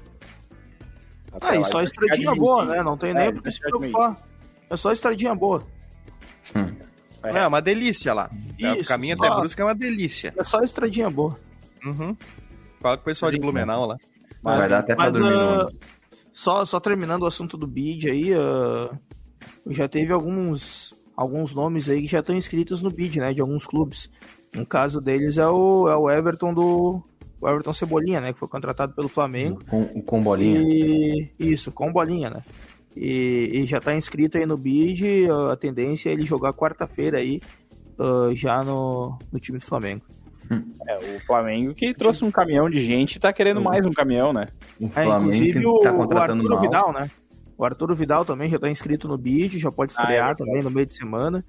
Até ah, e só estradinha boa, né? Não tem nem é, porque se preocupar. É só estradinha boa. Hum. É. é uma delícia lá. Isso, o caminho só... até Brusque é uma delícia. É só estradinha boa. Uhum. Fala com o pessoal Sim, de Blumenau lá. Mas, vai dar até mas, pra dormir uh, no só, só terminando o assunto do bid aí, uh, já teve alguns, alguns nomes aí que já estão inscritos no bid, né? De alguns clubes. Um caso deles é o, é o Everton do... O Everton Cebolinha, né? Que foi contratado pelo Flamengo. Com, com bolinha. E, isso, com bolinha, né? E, e já tá inscrito aí no bid. A tendência é ele jogar quarta-feira aí, uh, já no, no time do Flamengo. É, o Flamengo que trouxe um caminhão de gente e tá querendo mais um caminhão, né? O Flamengo é, inclusive o, tá contratando o Arturo mal. Vidal, né? O Arturo Vidal também já tá inscrito no bid, já pode estrear ah, é também no meio de semana.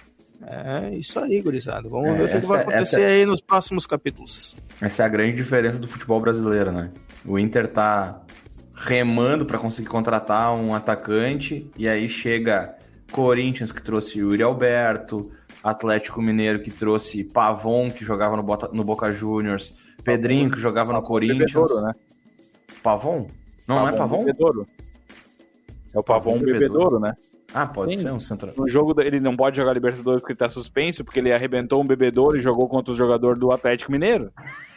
É isso aí, gurizada. Vamos é, ver o que, que vai acontecer essa... aí nos próximos capítulos. Essa é a grande diferença do futebol brasileiro, né? O Inter tá remando para conseguir contratar um atacante e aí chega Corinthians que trouxe o Yuri Alberto, Atlético Mineiro que trouxe Pavon que jogava no, Bota... no Boca Juniors, Pedrinho que jogava Pavon, no Corinthians. Bebedouro, né? Pavon? Não, Pavon, não é Pavon? Bebedouro. É o Pavon, Pavon Bebedouro, Bebedouro, né? Ah, pode Sim. ser um central. No jogo ele não pode jogar Libertadores porque ele tá suspenso, porque ele arrebentou um bebedouro e jogou contra o jogador do Atlético Mineiro.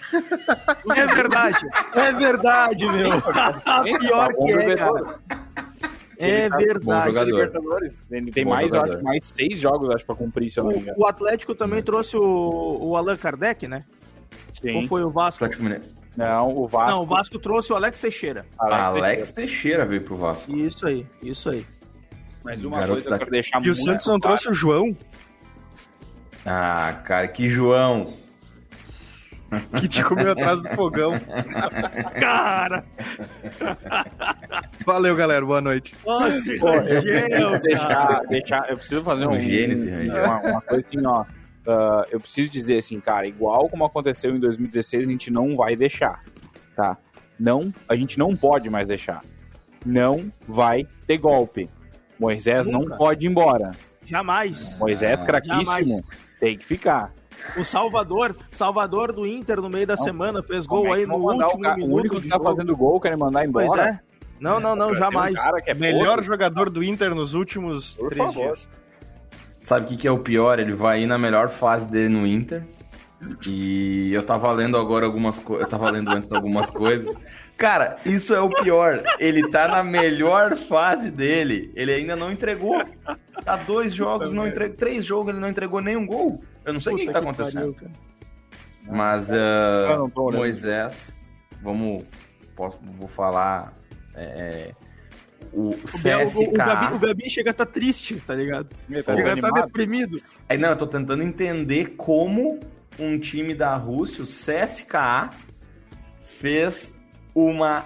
É verdade, é verdade, meu. Pior que é, cara. É tá verdade. Libertadores. Ele tem mais, eu acho, mais seis jogos, acho, pra cumprir, se eu não me engano. O Atlético também trouxe o, o Allan Kardec, né? Sim. Ou foi o Vasco? Atlético Mineiro. Não, o Vasco. Não, o Vasco trouxe o Alex Teixeira. Alex, Alex Teixeira. Teixeira veio pro Vasco. Isso aí, isso aí. Mas uma Garoto coisa que eu quero deixar muito. E o Santos não trouxe o João? Ah, cara, que João. Que te comeu atrás do fogão. Cara! Valeu, galera. Boa noite. Nossa, Pô, eu, deixar, deixar, eu preciso fazer um, um Gênesis, uma, uma coisa assim, ó. Uh, eu preciso dizer assim, cara, igual como aconteceu em dois mil e dezesseis, a gente não vai deixar, tá? Não, a gente não pode mais deixar. Não vai ter golpe. Moisés Nunca. não pode ir embora. Jamais. Moisés, ah, craquíssimo, jamais. Tem que ficar. O Salvador, Salvador do Inter no meio da não, semana fez gol aí no último o, minuto. O único que tá jogo. fazendo gol, querem mandar embora. Pois é. Não, não, não, jamais. Um cara que é melhor podre. Jogador do Inter nos últimos Por três favor. dias. Sabe o que, que é o pior? Ele vai ir na melhor fase dele no Inter. E eu tava lendo agora algumas coisas. Eu tava lendo antes algumas coisas. Cara, isso é o pior. Ele tá na melhor fase dele. Ele ainda não entregou. Tá dois jogos, não entregou. Três jogos, ele não entregou nenhum gol. Eu não sei o que, que tá acontecendo. Pariu, Mas, uh, Moisés, vamos. Posso, vou falar. É, O O, C Biel- S o- o K A... Gabi, o Gabi chega a estar triste, tá ligado? Ele tá Chega a estar animado. deprimido. Aí, não, eu tô tentando entender como um time da Rússia, o C S K A, fez uma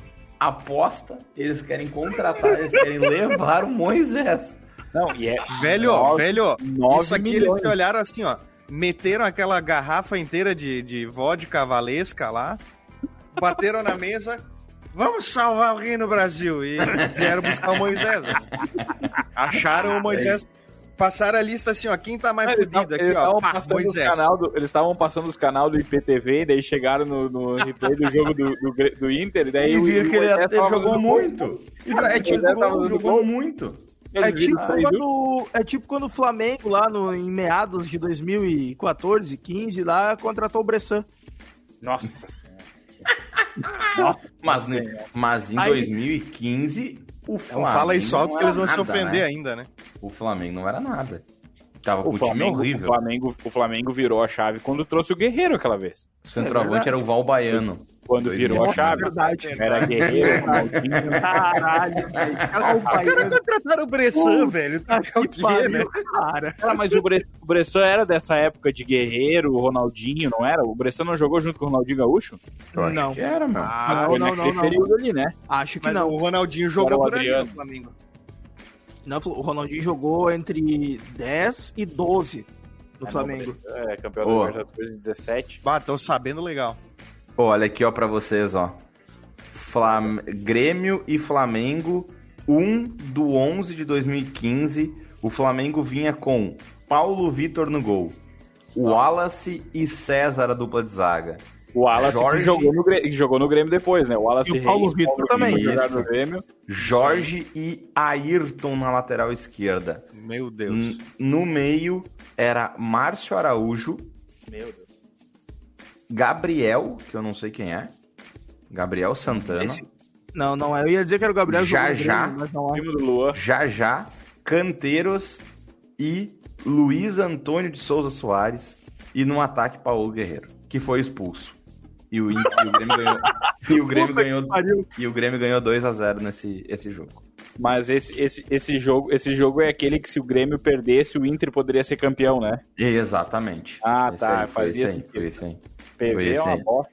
aposta. Eles querem contratar, eles querem levar o Moisés. Não, e é Velho, nove- velho, nove isso aqui milhões. eles se olharam assim, ó. Meteram aquela garrafa inteira de, de vodka valesca lá, bateram na mesa, vamos salvar o Rio no Brasil. E vieram buscar o Moisés. Né? Acharam o Moisés, passaram a lista assim, ó, quem tá mais Eles fudido aqui, eles ó, estavam pá, passando os Moisés. canal do, eles estavam passando os canal do I P T V, daí chegaram no, no replay do jogo do, do, Gre- do Inter, e daí E o viram que ele, Moisés ele tava jogou fazendo muito. E Cara, é é tipo, tipo, tava jogou, fazendo jogou gol. muito. É Eles tipo, viram três, viu? quando, é tipo quando o Flamengo, lá no, em meados de dois mil e quatorze, quinze, lá contratou o Bressan. Nossa senhora. Nossa Mas, senhora. mas em Aí- dois mil e quinze, o Não Flamengo fala aí só não que era eles vão se nada, ofender né? ainda, né? O Flamengo não era nada. Tava com O o time Flamengo, o, horrível. Flamengo, o Flamengo virou a chave quando trouxe o Guerreiro aquela vez. O centroavante É era o Val Baiano. Quando Dois virou mil. a chave. Verdade. Era Guerreiro, Ronaldinho. Caralho, velho. Cara, o baiano Contrataram o Bressan, velho. Tá que o quê, pariu, né? cara. Cara, mas o, Bre o Bressan era dessa época de Guerreiro, Ronaldinho, não era? O Bressan não jogou junto com o Ronaldinho Gaúcho? Eu acho Não. que era, meu. Ah, Mas não, foi não, naquele não, não. período ali, né? Acho que Mas não. o Ronaldinho Era jogou o por ali Adriano. no Flamengo. Não, o Ronaldinho jogou entre dez e doze no É, Flamengo. É, campeão Ô. da Libertadores em dezessete. Bah, tô sabendo legal. Pô, olha aqui, ó, pra vocês, ó. Flam... Grêmio e Flamengo, um do onze de dois mil e quinze. O Flamengo vinha com Paulo Vitor no gol. O Wallace e César, a dupla de zaga. O Wallace Jorge- que jogou, no Grêmio, que jogou no Grêmio depois, né? O Wallace E o Paulo Reis, Vitor Paulo também. Vitor jogaram Isso. no Grêmio. Jorge e Ayrton na lateral esquerda. Meu Deus. N- No meio era Márcio Araújo, Meu Deus. Gabriel, que eu não sei quem é. Gabriel Santana. Esse- Não, não é. Eu ia dizer que era o Gabriel Já, jogando no já. Grêmio, mas não é. Primo do Luan. Jajá, Canteiros e Luiz Antônio de Souza Soares. E no ataque, Paulo Guerreiro, que foi expulso. E o, Inter- e o Grêmio ganhou. E o Grêmio Puta que ganhou, pariu. e o Grêmio ganhou dois a zero nesse esse jogo. Mas esse, esse, esse, jogo, esse jogo é aquele que se o Grêmio perdesse, o Inter poderia ser campeão, né? Exatamente. Ah, Esse tá, aí, foi fazia esse aí, sentido. foi esse aí. P V Foi é esse uma aí. bosta.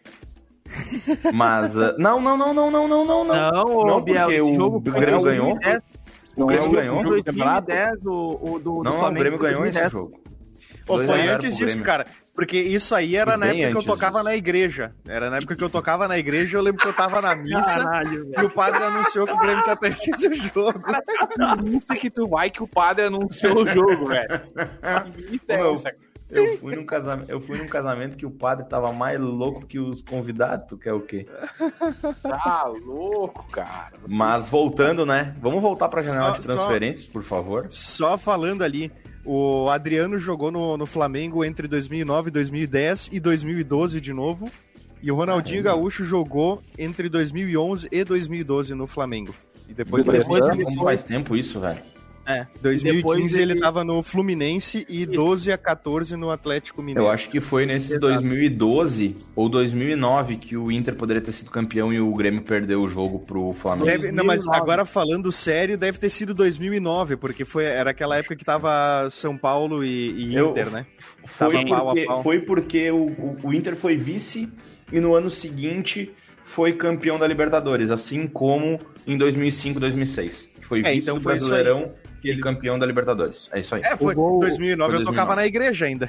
Mas. uh, não, não, não, não, não, não, não, não. Não, ô, Não, Biel, porque esse o jogo Grêmio foi em ganhou. dois mil e dez. O Grêmio Não, ganhou. o Em jogo do campeonato? dois mil e dez, o, o do, do Não, o Flamengo. Grêmio ganhou esse dois mil e dez. jogo. Pô, dois a foi zero antes pro disso, Grêmio. cara. Porque isso aí era Foi na bem época que eu antes tocava disso. na igreja. Era na época que eu tocava na igreja, eu lembro que eu tava na missa Caralho, e velho. o padre anunciou que o Grêmio tinha perdido o jogo. Isso que tu vai que o padre anunciou o jogo, velho. Que missa é Meu, essa? Eu fui, num casamento, eu fui num casamento que o padre tava mais louco que os convidados, tu quer o quê? Tá louco, cara. Mas voltando, né? Vamos voltar pra janela Só- de transferências, por favor. Só falando ali, o Adriano jogou no, no Flamengo entre dois mil e nove, dois mil e dez e dois mil e doze de novo. E o Ronaldinho Caramba. Gaúcho jogou entre dois mil e onze e dois mil e doze no Flamengo. E depois, Depois depois ele ele Como foi- faz tempo isso, velho? É. dois mil e depois quinze ele ele- tava no Fluminense e doze a quatorze no Atlético Mineiro. Eu acho que foi nesse Exato. dois mil e doze ou dois mil e nove que o Inter poderia ter sido campeão e o Grêmio perdeu o jogo pro Flamengo. Deve- não, mas dois mil e nove. agora falando sério, deve ter sido dois mil e nove, porque foi, era aquela época que tava São Paulo e, e Eu- Inter, né? Foi Tava pau a porque, pau. foi porque o, o- o Inter foi vice e no ano seguinte foi campeão da Libertadores, assim como em dois mil e cinco, dois mil e seis. que Foi É, vice então do foi isso aí. Brasileirão Que e ele- campeão da Libertadores. É isso aí. É, foi O gol- dois mil e nove, foi eu dois mil e tocava nove. na igreja ainda.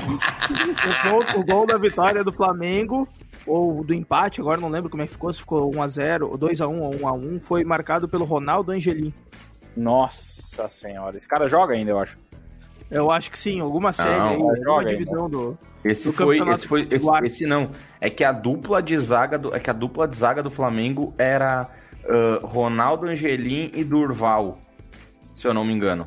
O gol, o gol da vitória do Flamengo, ou do empate, agora não lembro como é que ficou, se ficou um a zero, ou dois a um, ou um a um, foi marcado pelo Ronaldo Angelim. Nossa senhora. Esse cara joga ainda, eu acho. Eu acho que sim, alguma série aí, joga alguma ainda. divisão do... Esse do foi, campeonato esse foi, esse, titular. esse não. É que a dupla de zaga do, é que a dupla de zaga do Flamengo era ah, Ronaldo Angelim e Durval, se eu não me engano.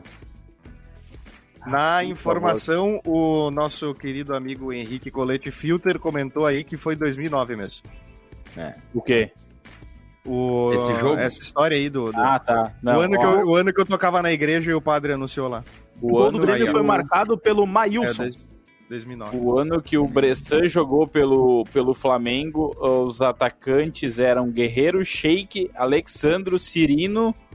Na informação, o nosso querido amigo Henrique Colete Filter comentou aí que foi dois mil e nove mesmo. O quê? O, Esse jogo? Essa história aí do... do- Ah, tá. o, Não, ano ó, que eu, o ano que eu tocava na igreja e o padre anunciou lá. O o, gol do ano, Grêmio aí, foi ó. marcado pelo É, Maílson. dois- dois mil e nove. o ano que o Bressan jogou pelo, pelo Flamengo, os atacantes eram Guerreiro, Sheik, Alexandro, Cirino,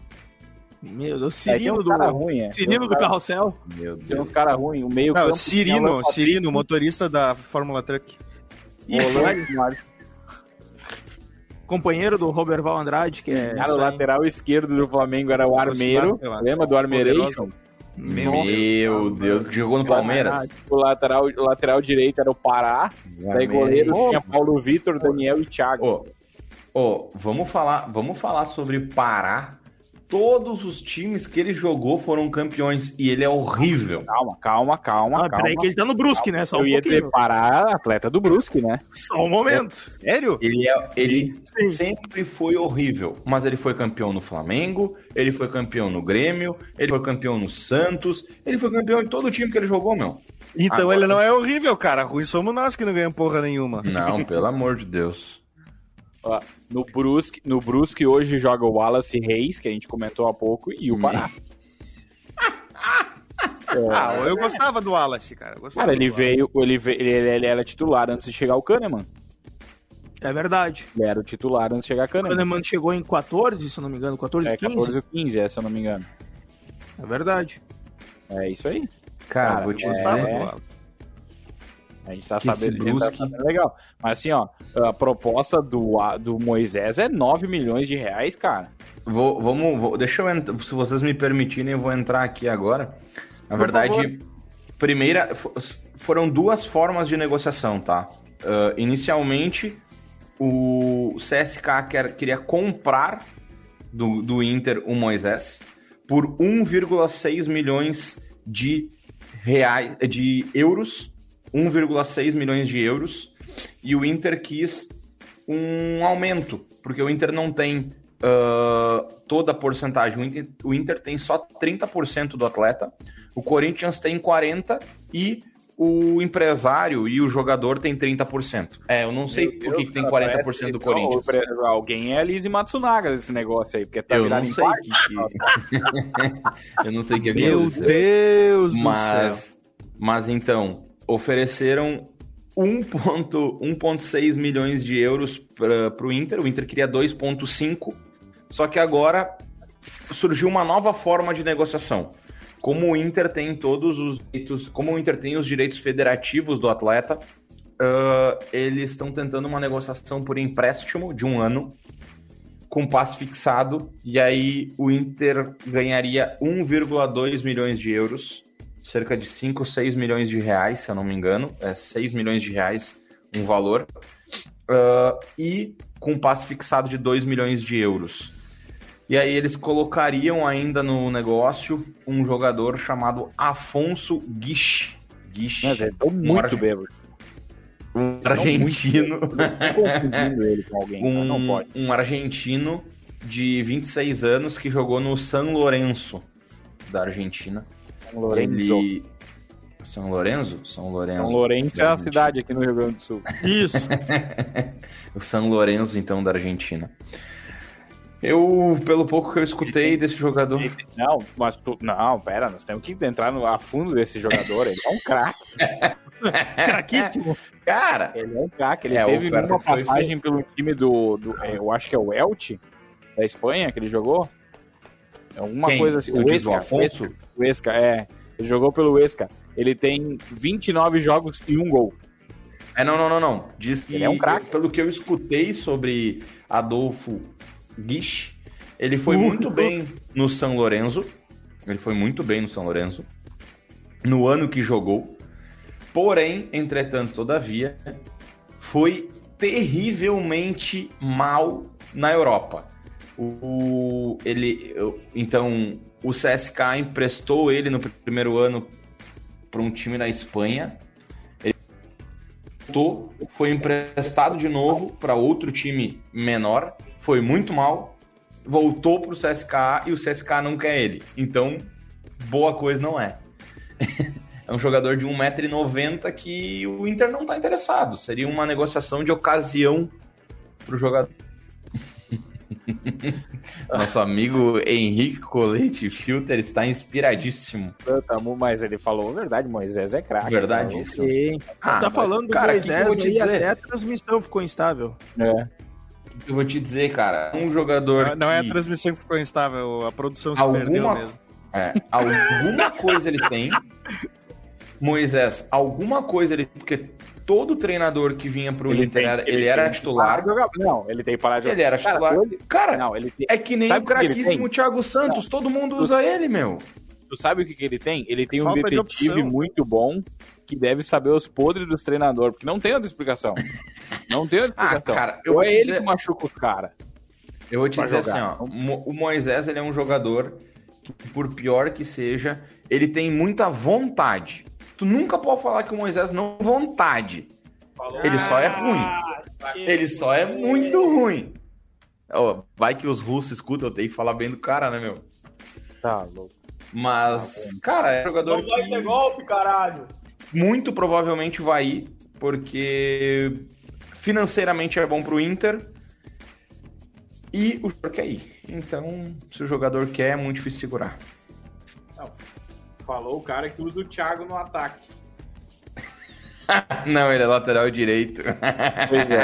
Meu Deus, É, tem Cirino uns do, cara ruim, é. Cirino Tem uns do cara- carrossel. Meu Tem uns Deus. caras ruins. O meio Não, campo... Cirino, Cirino, motorista da Fórmula Truck. Isso, Rolando, né? Companheiro do Roberval Andrade, que é... Cara, o lateral esquerdo do Flamengo era o Armeiro. Poderoso. Lembra do Armeiration? Meu Nossa, Deus, que jogou no Palmeiras. O lateral, o lateral direito era o Pará. Daí goleiro tinha Paulo Vitor, Daniel e Thiago. Ô, ô, vamos falar, vamos falar sobre Pará. Todos os times que ele jogou foram campeões e ele é horrível. Calma, calma, calma, Ah, calma. peraí que ele tá no Brusque, né? Só um Eu ia pouquinho. dizer Pará, atleta do Brusque, né? Só um momento. Sério? Ele, é, ele Sim. sempre foi horrível, mas ele foi campeão no Flamengo, ele foi campeão no Grêmio, ele foi campeão no Santos, ele foi campeão em todo o time que ele jogou, meu. Então Agora- ele não é horrível, cara. Ruim somos nós que não ganhamos porra nenhuma. Não, pelo amor de Deus. Ó, no Brusque, no Brusque hoje joga o Wallace Reis, que a gente comentou há pouco, e o Pará. Ah, eu gostava do Wallace, cara. Eu gostava Cara, ele do Wallace. veio, ele, veio ele, ele era titular antes de chegar o Kahneman. É verdade. Ele era o titular antes de chegar o O Kahneman. Kahneman chegou em quatorze, se eu não me engano, quatorze, É quinze. catorze ou quinze, é, se eu não me engano. É verdade. É isso aí. Cara, Cara, vou te é- dizer. Gostava do Wallace. A gente tá Que esse sabendo, a gente tá Brusque- sabendo legal. Mas assim, ó, a proposta do, do Moisés é nove milhões de reais, cara. Vou, vamos, vou- deixa eu entrar, se vocês me permitirem, eu vou entrar aqui agora. Na Por verdade, favor. primeira, fo- foram duas formas de negociação, tá? Ah, inicialmente, o C S K quer, queria comprar do, do Inter o Moisés por um vírgula seis milhões de reais, de euros, um vírgula seis milhões de euros, e o Inter quis um aumento, porque o Inter não tem ah, toda a porcentagem, o Inter, o Inter tem só trinta por cento do atleta, o Corinthians tem quarenta por cento e o empresário e o jogador tem trinta por cento. É, eu não sei Meu por que, Deus, que tem cara, quarenta por cento parece do que- Corinthians. não, pre- alguém é a Lizzie Matsunaga desse negócio aí, porque tá Eu virado não em sei parte. que, eu não sei o que Meu aconteceu. Deus do céu. Mas, mas então, ofereceram um vírgula seis milhões de euros para o Inter. O Inter queria dois vírgula cinco. Só que agora surgiu uma nova forma de negociação. Como o Inter tem todos os direitos, como o Inter tem os direitos federativos do atleta, uh, eles estão tentando uma negociação por empréstimo de um ano com passe fixado, e aí o Inter ganharia um vírgula dois milhões de euros, cerca de cinco, seis milhões de reais, se eu não me engano, é seis milhões de reais um valor, uh, e com passe fixado de dois milhões de euros. E aí eles colocariam ainda no negócio um jogador chamado Afonso Guiche. Guiche. Mas eu tô um muito arge- bêbado. Um argentino. Eu tô confundindo ele com alguém, cara, não um, pode. um argentino de vinte e seis anos que jogou no San Lorenzo da Argentina. São Lourenço. Ele... São Lorenzo? São Lorenzo. São Lourenço é da a Argentina. cidade aqui no Rio Grande do Sul. Isso. O San Lorenzo, então, da Argentina. Eu, pelo pouco que eu escutei desse jogador... Não, mas tu, não, pera, nós temos que entrar no, a fundo desse jogador. Ele é um craque. Craquíssimo. Cara, Ele é um craque. Ele É, a teve oferta uma que foi passagem pelo time do, do é, eu acho que é o Elche, da Espanha, que ele jogou. É uma quem? coisa assim. Tu O diz o Esca, Afonso? o Esca, é. Ele jogou pelo Esca. Ele tem vinte e nove jogos e um gol. É, não, não, não, não. Diz que, Ele é um craque. pelo que eu escutei sobre Adolfo Guiche, ele foi Uh, muito uh. bem no São Lourenço. Ele foi muito bem no São Lourenço. No ano que jogou. Porém, entretanto, todavia, foi terrivelmente mal na Europa. O, ele, então, o C S K emprestou ele no primeiro ano para um time na Espanha. Ele voltou, foi emprestado de novo para outro time menor, foi muito mal, voltou para o C S K A e o C S K A não quer ele. Então, boa coisa não é. É um jogador de um metro e noventa que o Inter não está interessado. Seria uma negociação de ocasião para o jogador. Nosso amigo Henrique Colete Filter está inspiradíssimo. Mas ele falou a verdade, Moisés é craque. Verdade. Sim. Ah, tá mas, falando do cara, que que eu Moisés vou te aí, dizer? até a transmissão ficou instável. É. Eu vou te dizer, cara, um jogador Não, não é a que transmissão que ficou instável, a produção se Alguma- perdeu mesmo. é, alguma coisa ele tem. Moisés, alguma coisa ele porque todo treinador que vinha pro Ele Inter, tem- era- ele ele era tem que titular. parar de jogar. Não, ele tem que parar de jogar. Ele era Cara, titular. ele- Cara, Não, ele tem... é que nem Sabe o o que ele craquíssimo tem? Thiago Santos, todo mundo usa ele, meu. Tu sabe o que, que ele tem? Ele tem um Falta de detetive opção. muito bom que deve saber os podres dos treinadores, porque não tem outra explicação. Não tem outra Ah, explicação. cara, eu Ou vou é te ele dizer- que machuca os caras. Eu vou te Vai dizer jogar. assim, ó, Mo- o Moisés, ele é um jogador que, por pior que seja, ele tem muita vontade. Tu nunca pode falar que o Moisés não tem vontade. Ele só é ruim. Ele só é muito ruim. Ó, vai que os russos escutam, eu tenho que falar bem do cara, né, meu? Tá louco. Mas, cara, é um jogador que golpe, caralho. muito provavelmente vai ir, porque financeiramente é bom pro Inter e o jogador quer ir. Então, se o jogador quer, é muito difícil segurar. Falou o cara que usa o Thiago no ataque. Não, ele é lateral direito. Pois é.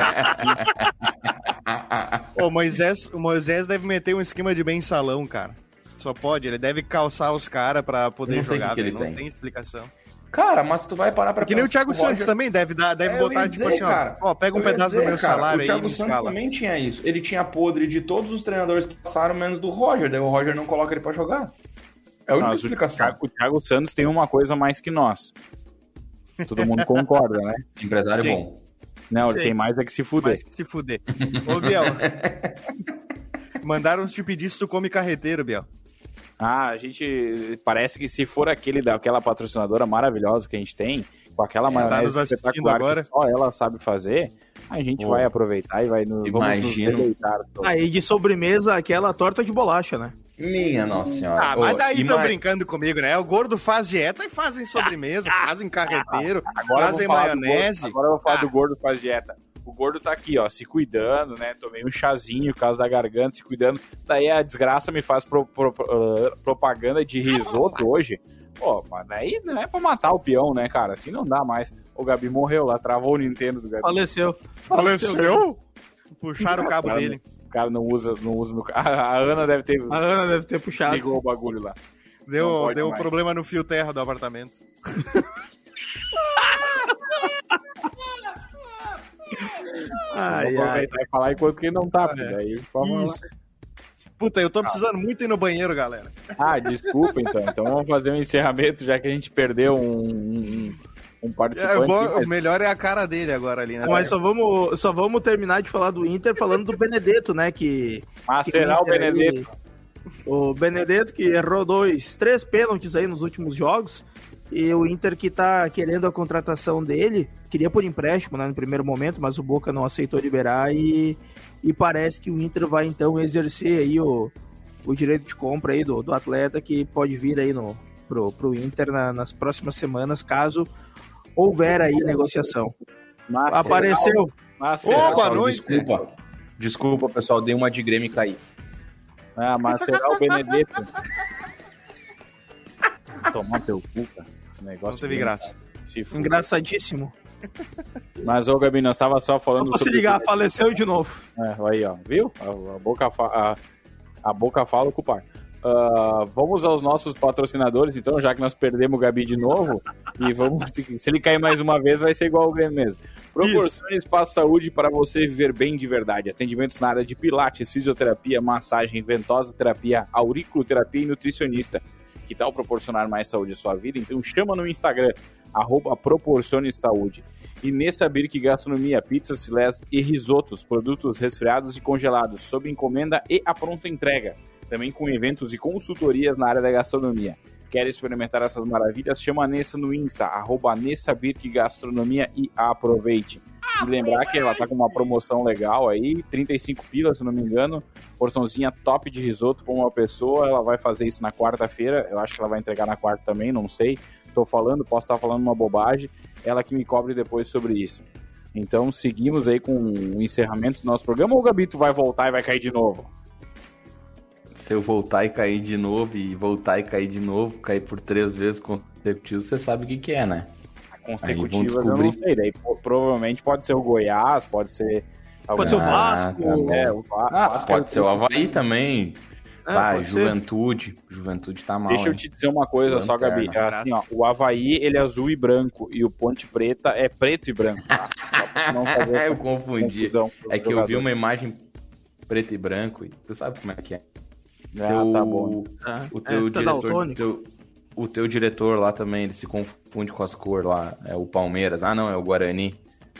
Ô, Moisés, o Moisés deve meter um esquema de bem salão, cara. Só pode, ele deve calçar os caras pra poder Não sei o jogar, que que ele velho, não tem. tem explicação. Cara, mas tu vai parar pra Que nem o pensar, Thiago Santos Roger- também deve dar, deve É, eu botar, ia tipo dizer, assim, cara, ó, ó, pega um eu ia pedaço dizer, do meu cara, salário o aí e Thiago me Santos escala. também tinha isso. Ele tinha podre de todos os treinadores que passaram, menos do Roger. Daí o Roger não coloca ele pra jogar. É a única Mas o explicação. Thiago, o Thiago Santos tem uma coisa a mais que nós. Todo mundo concorda, né? Empresário Sim. bom. Não, ele Sim. tem mais é que se fuder. Mas que se fuder. Ô, Biel. Mandaram te pedir se tu come carreteiro, Biel. Ah, a gente... Parece que se for aquele daquela patrocinadora maravilhosa que a gente tem, com aquela É, tá maionese nos assistindo espetacular agora. que só ela sabe fazer, a gente Pô. vai aproveitar e vai no, vamos nos Imagino. deleitar. Aí de sobremesa, aquela torta de bolacha, né? Minha nossa senhora. Ah, mas Ô, daí ima- estão brincando comigo, né? O gordo faz dieta e fazem sobremesa, fazem carreteiro, Agora eu fazem vou falar do maionese. gordo, agora eu vou falar Ah. do gordo faz dieta. O gordo tá aqui, ó, se cuidando, né? Tomei um chazinho por causa da garganta, se cuidando. Daí a desgraça me faz pro- pro- pro- propaganda de risoto hoje. Pô, mas daí não é pra matar o peão, né, cara? Assim não dá mais. O Gabi morreu lá, travou o Nintendo do Gabi. Faleceu. Faleceu? Puxaram o cabo Cara, dele. O cara não usa, não usa no carro. A Ana deve ter A Ana deve ter puxado. ligou o bagulho lá. Não Deu, pode deu um mais. problema no fio terra do apartamento. Ai, Vou ai. aproveitar e falar enquanto que ele não tá, porque É. daí vamos lá. Isso. Puta, eu tô precisando muito ir no banheiro, galera. Ah, desculpa então. Então vamos fazer um encerramento, já que a gente perdeu um, um, um É, participante. o, bom- mas- o melhor é a cara dele agora ali, né? Mas só vamos, só vamos terminar de falar do Inter falando do Benedetto, né? Que, Mas que será o Inter aí- Benedetto? O Benedetto que errou dois, três pênaltis aí nos últimos jogos. E o Inter que tá querendo a contratação dele, queria por empréstimo, né, no primeiro momento, mas o Boca não aceitou liberar e, e parece que o Inter vai então exercer aí o, o direito de compra aí do, do atleta que pode vir aí no, pro, pro Inter na- nas próximas semanas, caso houver aí negociação. Mas Apareceu. Mas Ô, será, boa noite. Desculpa. Desculpa, pessoal. Dei uma de Grêmio e caí. ah, mas será o Benedetto? Tomar teu cu, cara. Esse negócio Não teve de- graça. Se fuder. Engraçadíssimo. Mas, ô Gabi, nós tava só falando Vou se ligar, faleceu de novo. É, aí, ó, viu? A, a boca, fa... a, a boca fala o culpar. Ah, vamos aos nossos patrocinadores, então, já que nós perdemos o Gabi de novo. E vamos. Se ele cair mais uma vez, vai ser igual o Grêmio mesmo. Proporcione espaço saúde para você viver bem de verdade. Atendimentos na área de pilates, fisioterapia, massagem, ventosa terapia, auriculoterapia e nutricionista. Que tal proporcionar mais saúde à sua vida? Então chama no Instagram, arroba Proporcione Saúde. E Nessa Birk Gastronomia, pizzas, filés e risotos, produtos resfriados e congelados, sob encomenda e a pronta entrega. Também com eventos e consultorias na área da gastronomia. Quer experimentar essas maravilhas? Chama a Nessa no Insta, arroba Nessa Birk Gastronomia e aproveite. E lembrar que ela tá com uma promoção legal aí, trinta e cinco pilas, se não me engano, porçãozinha top de risoto para uma pessoa. Ela vai fazer isso na quarta-feira, eu acho que ela vai entregar na quarta também, não sei. Tô falando, posso estar falando uma bobagem. Ela que me cobre depois sobre isso. Então seguimos aí com o encerramento do nosso programa, ou o Gabito vai voltar e vai cair de novo? Se eu voltar e cair de novo, e voltar e cair de novo, cair por três vezes consecutivos, você sabe o que que é, né? Consecutivas Aí vão eu não descobrir. sei, daí pô, provavelmente pode ser o Goiás, pode ser Pode ser o Ah, Vasco. tá. É, o Va- Ah, Vasco pode é- ser o Havaí também. É, Vai, pode ser. Juventude. Juventude tá mal. Deixa eu hein? te dizer uma coisa só, Gabi. Lanterna. É assim, ó, o Havaí, ele é azul e branco, e o Ponte Preta é preto e branco, tá? Só pra não fazer essa eu confundi. confusão pros É que eu vi jogadores. uma imagem preto e branco e tu sabe como é que é. Ah, Teu- tá bom. Tá. O teu É, tá diretor, daltônico. teu- o teu diretor lá também, ele se confunde com as cores lá. É o Palmeiras. Ah, não, é o Guarani.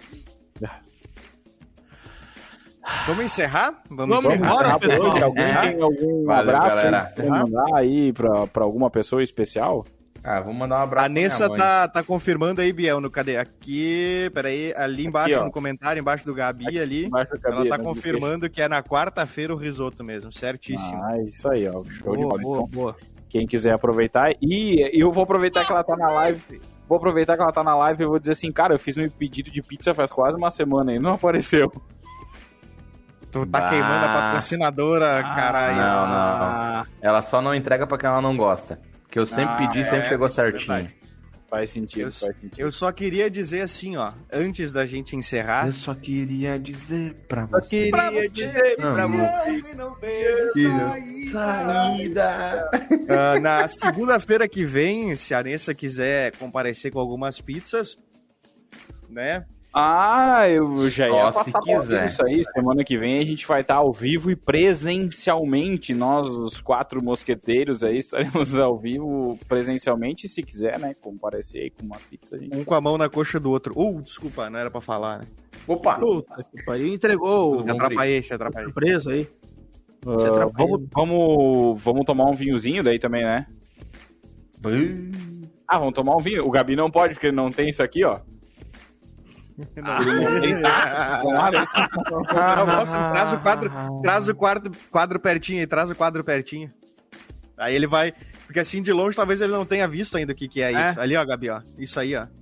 Vamos encerrar? Vamos encerrar? embora, Ah, pessoal. hoje, alguém Ah, tem algum Valeu, abraço galera. aí pra mandar aí pra, pra alguma pessoa especial? Ah, vamos mandar um abraço A Nessa pra minha mãe. tá, tá confirmando aí, Biel, no cadê? Aqui, peraí, ali embaixo ó. no comentário, embaixo do Gabi ali, Embaixo da ela cabeça, tá né, confirmando que é na quarta-feira o risoto mesmo, certíssimo. Ah, isso aí, ó. Show de Boa, bola. boa, Então, boa. quem quiser aproveitar. E eu vou aproveitar que ela tá na live. Vou aproveitar que ela tá na live e vou dizer assim, cara, eu fiz um pedido de pizza faz quase uma semana e não apareceu. Tu tá Bah. queimando a patrocinadora, caralho. não, não. Ah, Ela só não entrega pra quem ela não gosta. Que eu sempre Ah, pedi, sempre é, chegou é certinho. verdade. Faz sentido, Eu, faz sentido. eu só queria dizer assim, ó, antes da gente encerrar. Eu só queria dizer pra Só você. queria dizer pra Amor. você. Saída. Ah, na segunda-feira que vem, se a Nessa quiser comparecer com algumas pizzas, né? Ah, eu já ia Só se passar por quiser. isso aí. Semana que vem a gente vai estar ao vivo e presencialmente. Nós, os quatro mosqueteiros aí, estaremos ao vivo presencialmente. Se quiser, né, comparecer aí com uma pizza. A gente... Um com a mão na coxa do outro. Uh, desculpa, não era pra falar, né? Opa! puta que pariu. Entregou Se o atrapalhei, se atrapalhei. preso aí. Você Ah, atrapalha. vamos, vamos, vamos tomar um vinhozinho daí também, né? Ah, vamos tomar um vinho. O Gabi não pode, porque ele não tem isso aqui, ó. Não, nossa, traz o quadro, traz o quadro, quadro pertinho aí, traz o quadro pertinho. Aí ele vai, porque assim de longe talvez ele não tenha visto ainda o que que é, É. isso. Ali, ó, Gabi, ó. Isso aí, ó.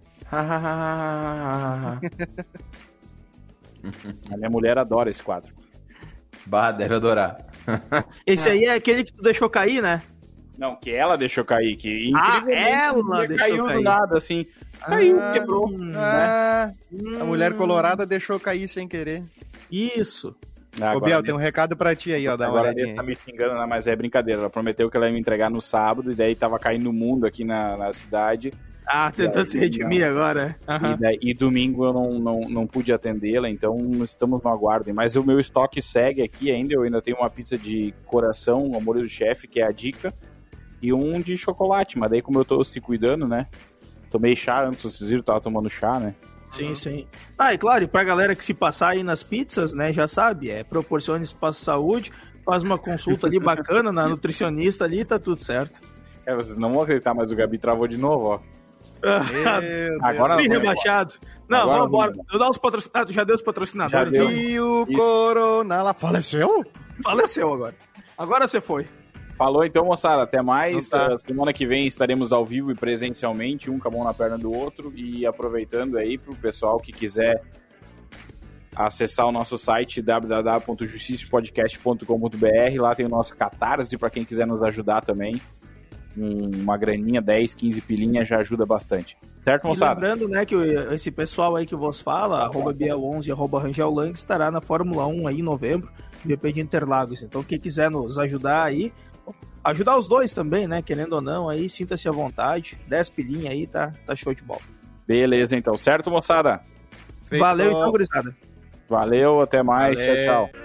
A minha mulher adora esse quadro. Bah, deve adorar. Esse aí é aquele que tu deixou cair, né? Não, que ela deixou cair, que Ah, incrivelmente ela um dia deixou caiu cair. do nada, assim. Caiu, Ah, quebrou. Hum, Ah, a hum, mulher colorada deixou cair sem querer. Isso. Ah, Ô, Biel, tem um recado pra ti aí, ó. Dá uma Agora olhadinha ele tá aí. me xingando, né? Mas é brincadeira. Ela prometeu que ela ia me entregar no sábado, e daí tava caindo o mundo aqui na, na cidade. Ah, tentando se redimir agora. Aham. E, daí, e domingo eu não, não, não pude atendê-la, então estamos no aguardo. Mas o meu estoque segue aqui ainda. Eu ainda tenho uma pizza de coração, o Amor do Chefe, que é a dica, e um de chocolate. Mas daí, como eu tô se cuidando, né? Tomei chá antes, vocês viram, tava tomando chá, né? Sim, sim. Ah, e claro, e pra galera que se passar aí nas pizzas, né, já sabe, é proporciona espaço de saúde, faz uma consulta ali bacana na nutricionista ali, tá tudo certo. É, vocês não vão acreditar, mas o Gabi travou de novo, ó. Meu Deus. Agora Bem nós vamos rebaixado. Não, Agora vamos embora. vamos Eu dar os patrocinados, já deu os patrocinadores, Já deu. então. E o Isso. Corona lá faleceu? Faleceu agora. Agora você foi. Falou então, moçada. Até mais. Então tá. Uh, Semana que vem estaremos ao vivo e presencialmente, um com a mão na perna do outro. E aproveitando aí pro pessoal que quiser acessar o nosso site w w w ponto justiça podcast ponto com ponto b r. Lá tem o nosso Catarse para quem quiser nos ajudar também. Um- Uma graninha, dez, quinze pilinhas já ajuda bastante. Certo, E moçada? lembrando, né, que o- esse pessoal aí que vos fala, arroba Biel onze, arroba Rangel Lang, estará na Fórmula um aí em novembro, G P de Interlagos. Então, quem quiser nos ajudar aí, ajudar os dois também, né, querendo ou não, aí, sinta-se à vontade. dez pilinhas aí, tá, tá show de bola. Beleza, então. Certo, moçada? Feito. Valeu então, gurizada. Valeu, até mais. Valeu. Tchau, tchau.